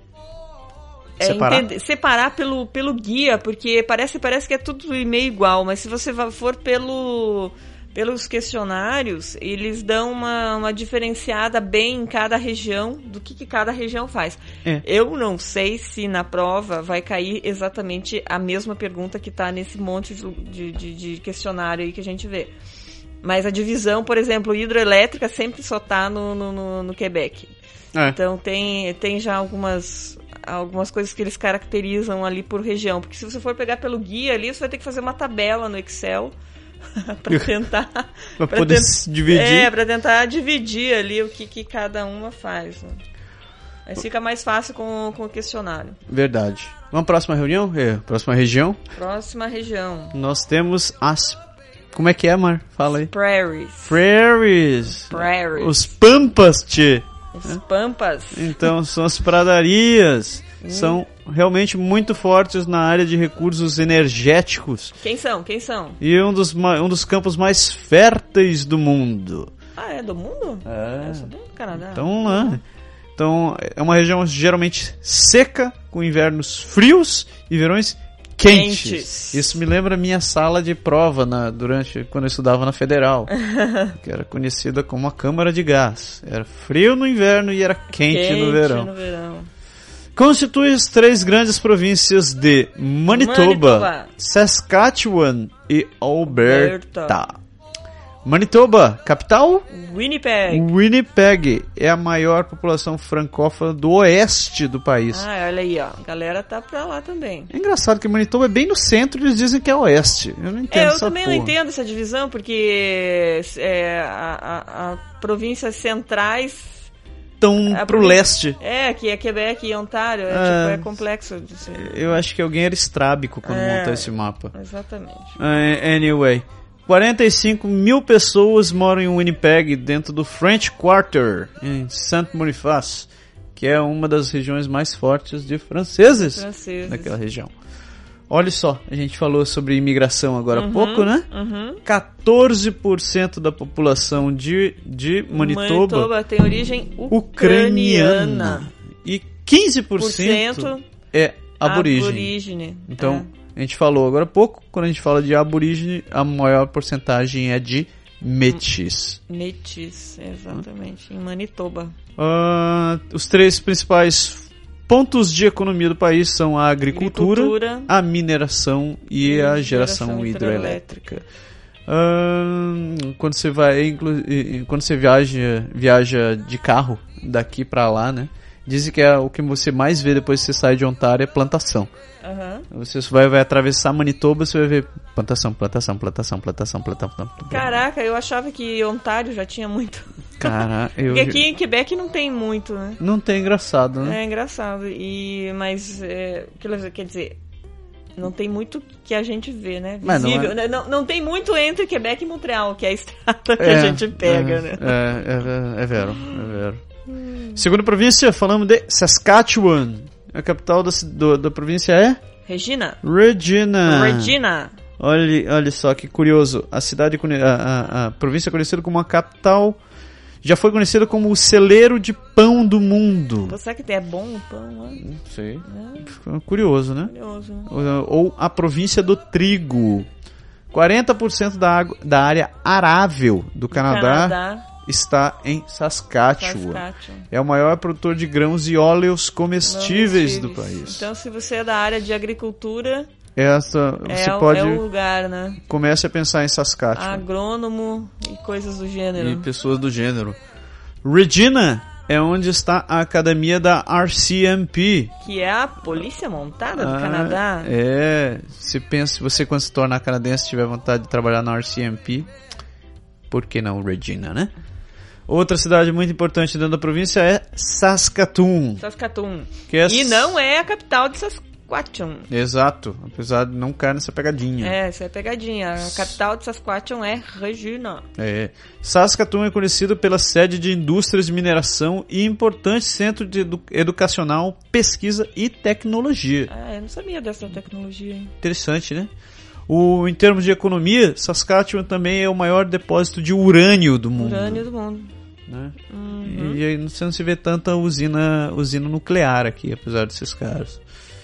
separar pelo guia, porque parece que é tudo meio igual, mas se você for pelos questionários, eles dão uma diferenciada bem em cada região, do que cada região faz. Eu não sei se na prova vai cair exatamente a mesma pergunta que está nesse monte de questionário aí que a gente vê. Mas a divisão, por exemplo, hidroelétrica sempre só está no Quebec. Então tem já algumas coisas que eles caracterizam ali por região. Porque se você for pegar pelo guia ali, você vai ter que fazer uma tabela no Excel para tentar... para poder dividir. Para tentar dividir ali o que cada uma faz. Né? Aí fica mais fácil com o questionário. Verdade. Vamos para a próxima reunião? Próxima região? Próxima região. Nós temos as... Como é que é, Mar? Fala aí. Prairies. Os pampas, tchê. Os pampas. Então, são as pradarias. São realmente muito fortes na área de recursos energéticos. Quem são? E um dos campos mais férteis do mundo. É do mundo? Eu sou do Canadá. Então, lá. Então, é uma região geralmente seca, com invernos frios e verões quentes. Isso me lembra a minha sala de prova quando eu estudava na Federal, que era conhecida como a Câmara de Gás. Era frio no inverno e era quente no verão. Constitui as 3 grandes províncias de Manitoba, Saskatchewan e Alberta. Manitoba, capital? Winnipeg é a maior população francófona do oeste do país. Olha aí, ó. A galera tá pra lá também. É engraçado que Manitoba é bem no centro e eles dizem que é oeste. Eu não entendo essa também porra. Não entendo essa divisão, porque a províncias centrais... Estão pro leste. Que é Quebec e Ontário. É complexo. Assim. Eu acho que alguém era estrábico quando montou esse mapa. Exatamente. Anyway... 45 mil pessoas moram em Winnipeg, dentro do French Quarter, em Saint-Boniface, que é uma das regiões mais fortes de franceses daquela região. Olha só, a gente falou sobre imigração agora há pouco, né? 14% da população de Manitoba tem origem ucraniana. E 15% é aborígene. Então... A gente falou agora há pouco, quando a gente fala de aborígene, a maior porcentagem é de metis. Metis, exatamente, em Manitoba. Os 3 principais pontos de economia do país são a agricultura, a mineração e a geração hidroelétrica. Quando você viaja de carro daqui para lá, né? Dizem que o que você mais vê depois que você sai de Ontário é plantação. Você vai atravessar Manitoba, você vai ver plantação. Caraca, eu achava que Ontário já tinha muito. Porque aqui em Quebec não tem muito, né? Não tem, engraçado, né? É engraçado. Mas, quer dizer, Não tem muito que a gente vê, né? Mas Visível. Não tem muito entre Quebec e Montreal, que é a estrada que a gente pega, né? É vero. Segunda província, falamos de Saskatchewan. A capital da província é? Regina. Olha só que curioso. A província é conhecida como a capital. Já foi conhecida como o celeiro de pão do mundo. Você que é bom o pão, né? Não sei. Curioso, né? Curioso. Ou a província do trigo. 40% da área arável do Canadá está em Saskatchewan. É o maior produtor de grãos e óleos comestíveis do país. Então, se você é da área de agricultura, você pode... É o lugar, né? Comece a pensar em Saskatchewan. Agrônomo e coisas do gênero. E pessoas do gênero. Regina é onde está a academia da RCMP. Que é a Polícia Montada do Canadá. Se você quando se torna canadense tiver vontade de trabalhar na RCMP, por que não Regina, né? Outra cidade muito importante dentro da província é Saskatoon. E não é a capital de Saskatchewan. Exato, apesar de não cair nessa pegadinha. Isso é pegadinha. A capital de Saskatchewan é Regina. Saskatoon é conhecido pela sede de indústrias de mineração e importante centro de educacional, pesquisa e tecnologia. Eu não sabia dessa tecnologia. Interessante, né? Em termos de economia, Saskatchewan também é o maior depósito de urânio do mundo. Né? E aí você não se vê tanta usina nuclear aqui, apesar desses caras.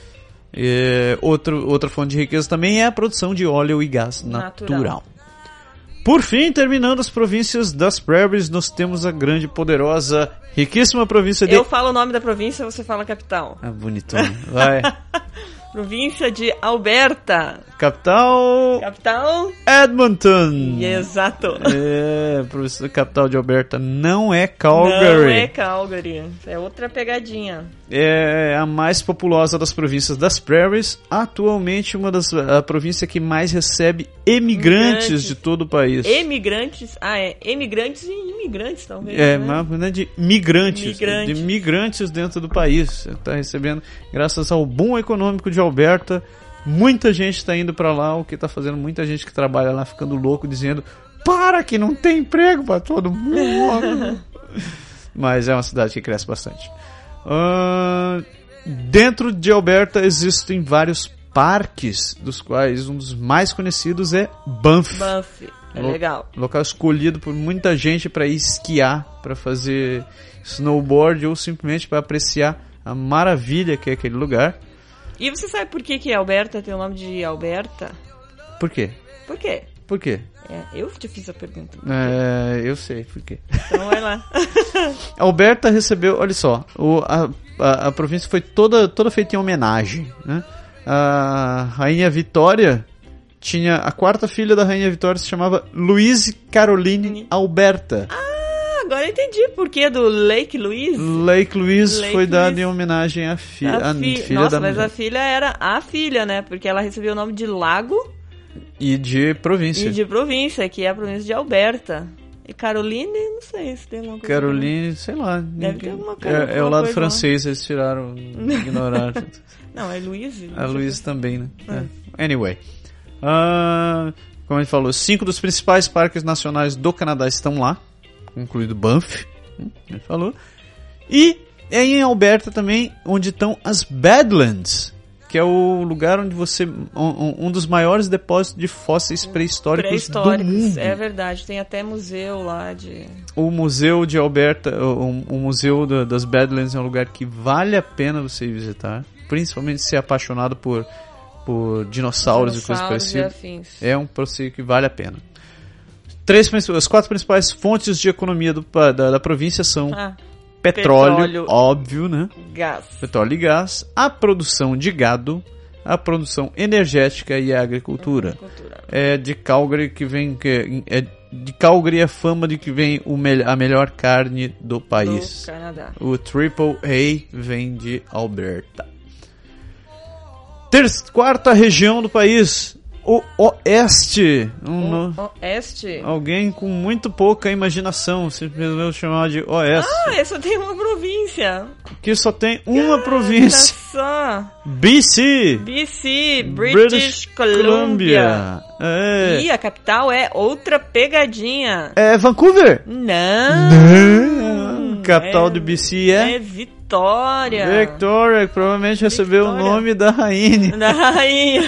Outra fonte de riqueza também é a produção de óleo e gás natural. Por fim, terminando as províncias das Prairies, nós temos a grande, poderosa, riquíssima província de... Eu falo o nome da província, você fala a capital. Bonitão. Vai. Província de Alberta. Capital Edmonton. Exato. A capital de Alberta não é Calgary. É outra pegadinha. É a mais populosa das províncias das Prairies. Atualmente a província que mais recebe emigrantes de todo o país. Emigrantes e imigrantes, talvez. Mas não é de migrantes. De migrantes dentro do país. Está recebendo, graças ao boom econômico de Alberta, muita gente está indo para lá, o que está fazendo muita gente que trabalha lá ficando louco, dizendo: para que não tem emprego para todo mundo. Mas é uma cidade que cresce bastante. Dentro de Alberta existem vários parques, dos quais um dos mais conhecidos é Banff. Legal. Local escolhido por muita gente para ir esquiar, para fazer snowboard ou simplesmente para apreciar a maravilha que é aquele lugar. E você sabe por que Alberta tem o nome de Alberta? Por quê? Por quê? Eu te fiz a pergunta. Eu sei por quê. Então vai lá. Alberta recebeu, olha só, a província foi toda feita em homenagem, né? A Rainha Vitória tinha, a quarta filha da Rainha Vitória se chamava Louise Caroline Alberta. Agora eu entendi por que do Lake Louise. Lake Louise foi dado em homenagem à filha Nossa, da mas mulher. a filha era a filha, né? Porque ela recebeu o nome de lago e de província. Que é a província de Alberta. E Caroline, não sei se tem alguma coisa. Caroline, sei lá. Deve ter alguma coisa. É o lado francês, eles tiraram, ignoraram. Não, é Louise. A Louise também, né? Anyway. Como a gente falou, 5 dos principais parques nacionais do Canadá estão lá, incluído Banff, a gente falou. E é em Alberta também onde estão as Badlands, que é o lugar onde um dos maiores depósitos de fósseis pré-históricos do mundo. É verdade, tem até museu lá de... O museu de Alberta, o museu das Badlands é um lugar que vale a pena você visitar, principalmente se é apaixonado por dinossauros e coisas parecidas. É um passeio que vale a pena. As 4 principais fontes de economia da província são petróleo, óbvio, né? Gás. Petróleo e gás, a produção de gado, a produção energética e a agricultura. De Calgary de Calgary a fama de que vem a melhor carne do país. Do Canadá. O Triple A vem de Alberta. Quarta região do país, o Oeste. Oeste? Alguém com muito pouca imaginação se resolveu chamar de Oeste. Só tem uma província. Que só tem uma província. Só. BC, British Columbia. É. E a capital é outra pegadinha. É Vancouver? Não. Capital do BC é Vitória. Victoria, que provavelmente recebeu o nome da rainha. Da rainha.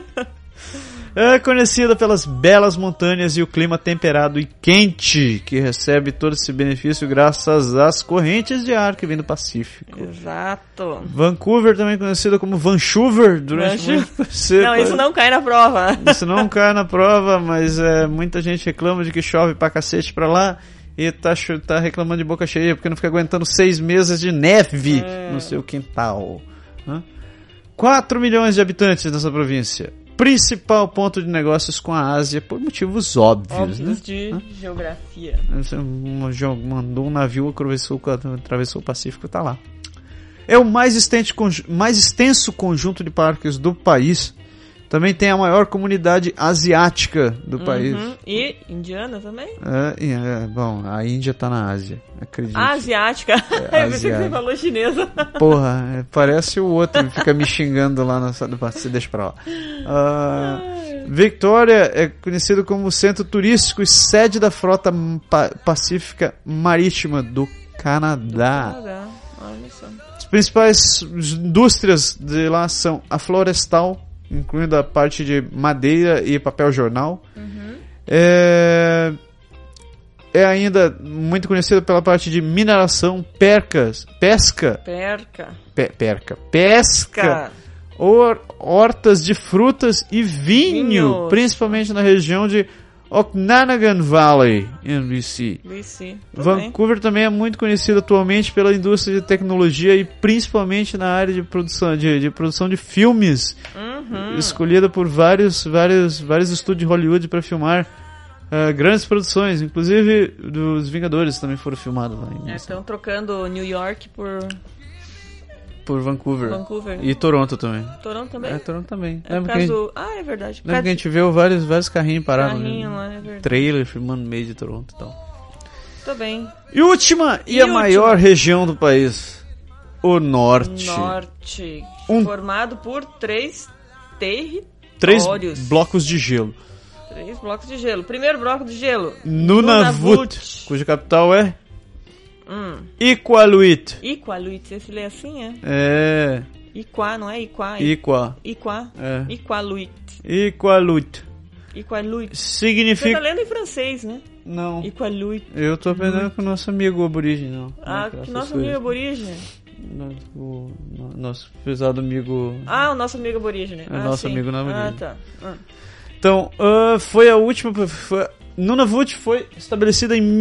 É conhecida pelas belas montanhas e o clima temperado e quente, que recebe todo esse benefício graças às correntes de ar que vem do Pacífico. Exato. Vancouver, também conhecida como Vancouver, durante muito tempo. Não, isso não cai na prova. Isso não cai na prova, mas muita gente reclama de que chove pra cacete pra lá e tá reclamando de boca cheia porque não fica aguentando 6 meses de neve no seu quintal. 4 milhões de habitantes nessa província. Principal ponto de negócios com a Ásia por motivos óbvios, né? De geografia. Você mandou um navio, atravessou o Pacífico e tá lá. É o mais extenso conjunto de parques do país. Também tem a maior comunidade asiática do país. E indiana também? Bom, a Índia tá na Ásia, acredito. Asiática? Eu pensei que você falou chinesa. Porra, parece o outro que fica me xingando lá na sala do parque. Deixa pra lá. Victoria é conhecido como centro turístico e sede da frota pacífica marítima do Canadá. Olha só. As principais indústrias de lá são a florestal, incluindo a parte de madeira e papel jornal. É ainda muito conhecido pela parte de mineração, pesca, hortas de frutas e vinho. Principalmente na região de Okanagan Valley, em BC. Vancouver também é muito conhecido atualmente pela indústria de tecnologia e principalmente na área de produção de filmes, escolhida por vários estúdios de Hollywood para filmar grandes produções, inclusive dos Vingadores também foram filmados lá. Estão trocando New York por Vancouver. E Toronto também. Toronto também? Toronto também. É verdade. Lembra que a gente viu vários carrinhos parados. Lá, é verdade. Trailer filmando no meio de Toronto e tal. Tô bem. E última e a maior região do país. O Norte. Formado por 3 territórios. 3 blocos de gelo. 3 blocos de gelo. Primeiro bloco de gelo. Nunavut. Cuja capital é... Iqaluit. Você lê assim, Iqua, não é Iqua? Iqaluit. Significa... Você tá lendo em francês, né? Não. Iqaluit. Eu tô aprendendo com o nosso amigo aborígene. Que nosso amigo aborígene? O nosso pesado amigo... o nosso amigo aborígene. Nosso amigo não aborígene. Tá. Então, foi a última... Nunavut foi estabelecida em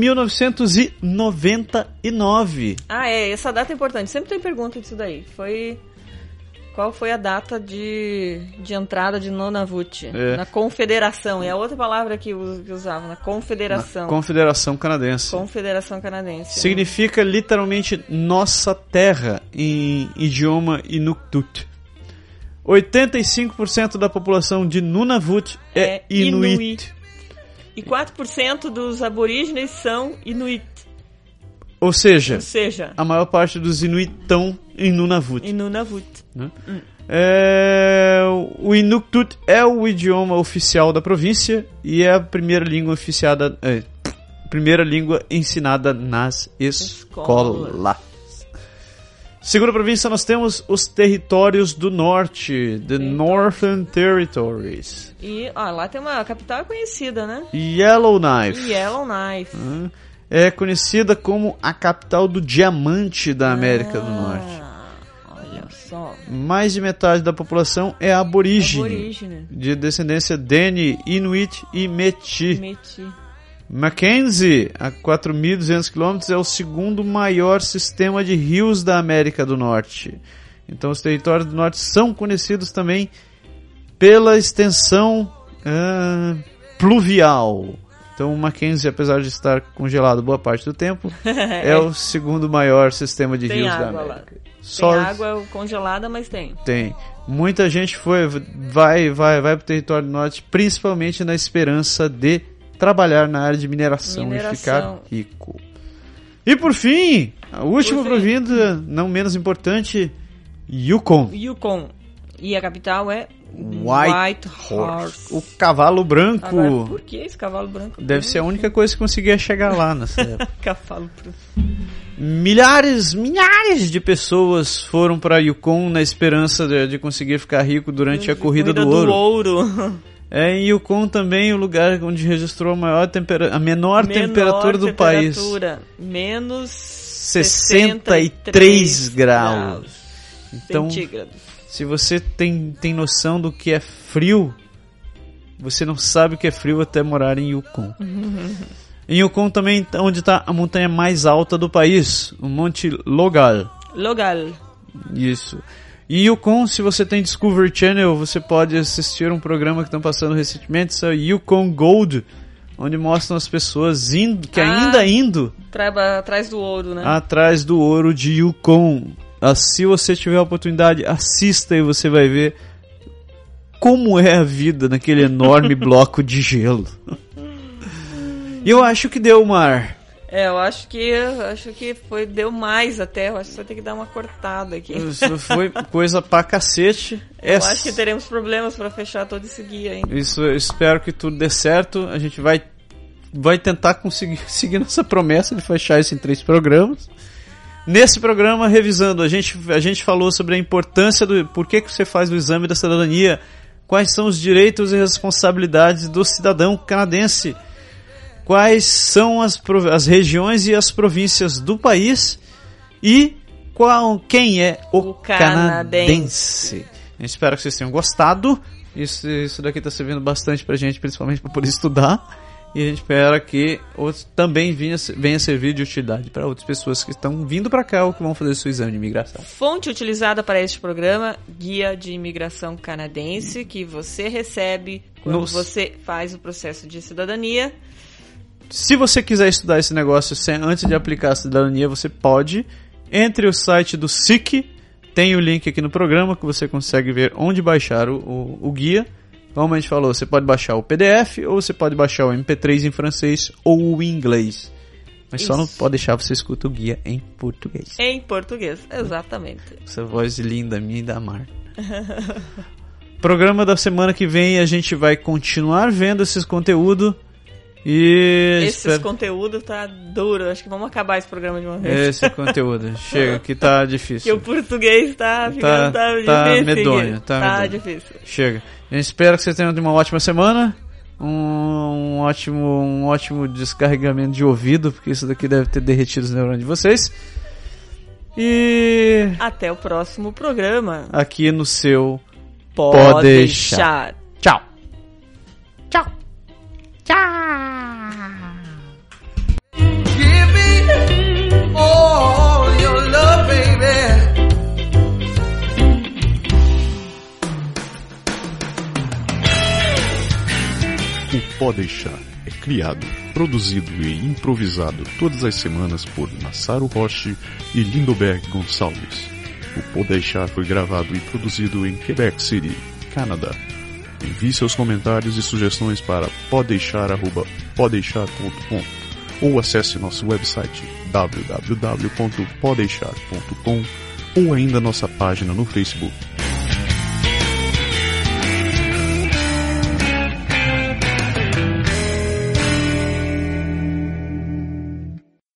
1999. Essa data é importante. Sempre tem pergunta disso daí. Qual foi a data de entrada de Nunavut? Na Confederação. É a outra palavra que usava, na Confederação. Confederação Canadense. Significa literalmente nossa terra em idioma Inuktitut. 85% da população de Nunavut é Inuit. E 4% dos aborígenes são Inuit. Ou seja, a maior parte dos Inuit estão em Nunavut. Né? O Inuktitut é o idioma oficial da província e é a primeira língua ensinada nas escolas. Segunda província, nós temos os territórios do norte, the Northern Territories. E lá tem a capital conhecida, né? Yellowknife. É conhecida como a capital do diamante da América do Norte. Olha só. Mais de metade da população é aborígene. De descendência Dene, Inuit e Métis. Mackenzie, a 4.200 km, é o segundo maior sistema de rios da América do Norte. Então os territórios do norte são conhecidos também pela extensão pluvial. Então o Mackenzie, apesar de estar congelado boa parte do tempo, é o segundo maior sistema de rios da América. Tem água congelada, mas tem. Muita gente vai pro território norte, principalmente na esperança de trabalhar na área de mineração. E ficar rico. E por fim, a última província, não menos importante, Yukon. E a capital é Whitehorse. O cavalo branco. Agora, por que esse cavalo branco? Deve ser a única coisa que conseguia chegar lá nessa época. Cavalo branco. Milhares de pessoas foram para Yukon na esperança de conseguir ficar rico durante a corrida do ouro. Em Yukon também o lugar onde registrou a menor temperatura do país. Menos 63 graus. Então, centígrados. Se você tem noção do que é frio, você não sabe o que é frio até morar em Yukon. Em Yukon também, onde está a montanha mais alta do país, o Monte Logal. Isso. Em Yukon, se você tem Discovery Channel, você pode assistir um programa que estão passando recentemente, é Yukon Gold, onde mostram as pessoas ainda indo atrás do ouro, né? Atrás do ouro de Yukon. Se você tiver a oportunidade, assista e você vai ver como é a vida naquele enorme bloco de gelo. E eu acho que deu, Mar. Eu acho que deu mais até. Eu acho que você vai ter que dar uma cortada aqui. Isso foi coisa pra cacete. Eu acho que teremos problemas pra fechar todo esse guia, hein? Isso, eu espero que tudo dê certo. A gente vai tentar conseguir seguir nossa promessa de fechar isso em 3 programas. Nesse programa, revisando, a gente falou sobre a importância do por que você faz o exame da cidadania, quais são os direitos e responsabilidades do cidadão canadense, quais são as regiões e as províncias do país e quem é o canadense. Eu espero que vocês tenham gostado. Isso daqui está servindo bastante pra gente, principalmente para poder estudar. E a gente espera que também venha servir de utilidade para outras pessoas que estão vindo para cá ou que vão fazer seu exame de imigração. Fonte utilizada para este programa, Guia de Imigração Canadense, que você recebe quando você faz o processo de cidadania. Se você quiser estudar esse negócio antes de aplicar a cidadania, você pode. Entre o site do SIC, tem o link aqui no programa que você consegue ver onde baixar o guia. Como a gente falou, você pode baixar o PDF ou você pode baixar o MP3 em francês ou em inglês. Mas só não pode deixar você escutar o guia em português. Em português, exatamente. Essa voz linda minha e da Mar. Programa da semana que vem a gente vai continuar vendo esses conteúdos. Conteúdo tá duro. Acho que vamos acabar esse programa de uma vez. Esse conteúdo. Chega, que tá difícil. Que o português tá ficando difícil. Medonho. Tá difícil. Chega. A gente espera que vocês tenham uma ótima semana. Um ótimo descarregamento de ouvido, porque isso daqui deve ter derretido os neurônios de vocês. E até o próximo programa. Aqui no seu Pode deixar. Tchau. Tchau. Give me all your love, baby. O Pode Deixar é criado, produzido e improvisado todas as semanas por Massaro Roche e Lindoberg Gonçalves. O Pode Deixar foi gravado e produzido em Quebec City, Canadá. Envie seus comentários e sugestões para podeixar@podeixar.com ou acesse nosso website www.podeixar.com ou ainda nossa página no Facebook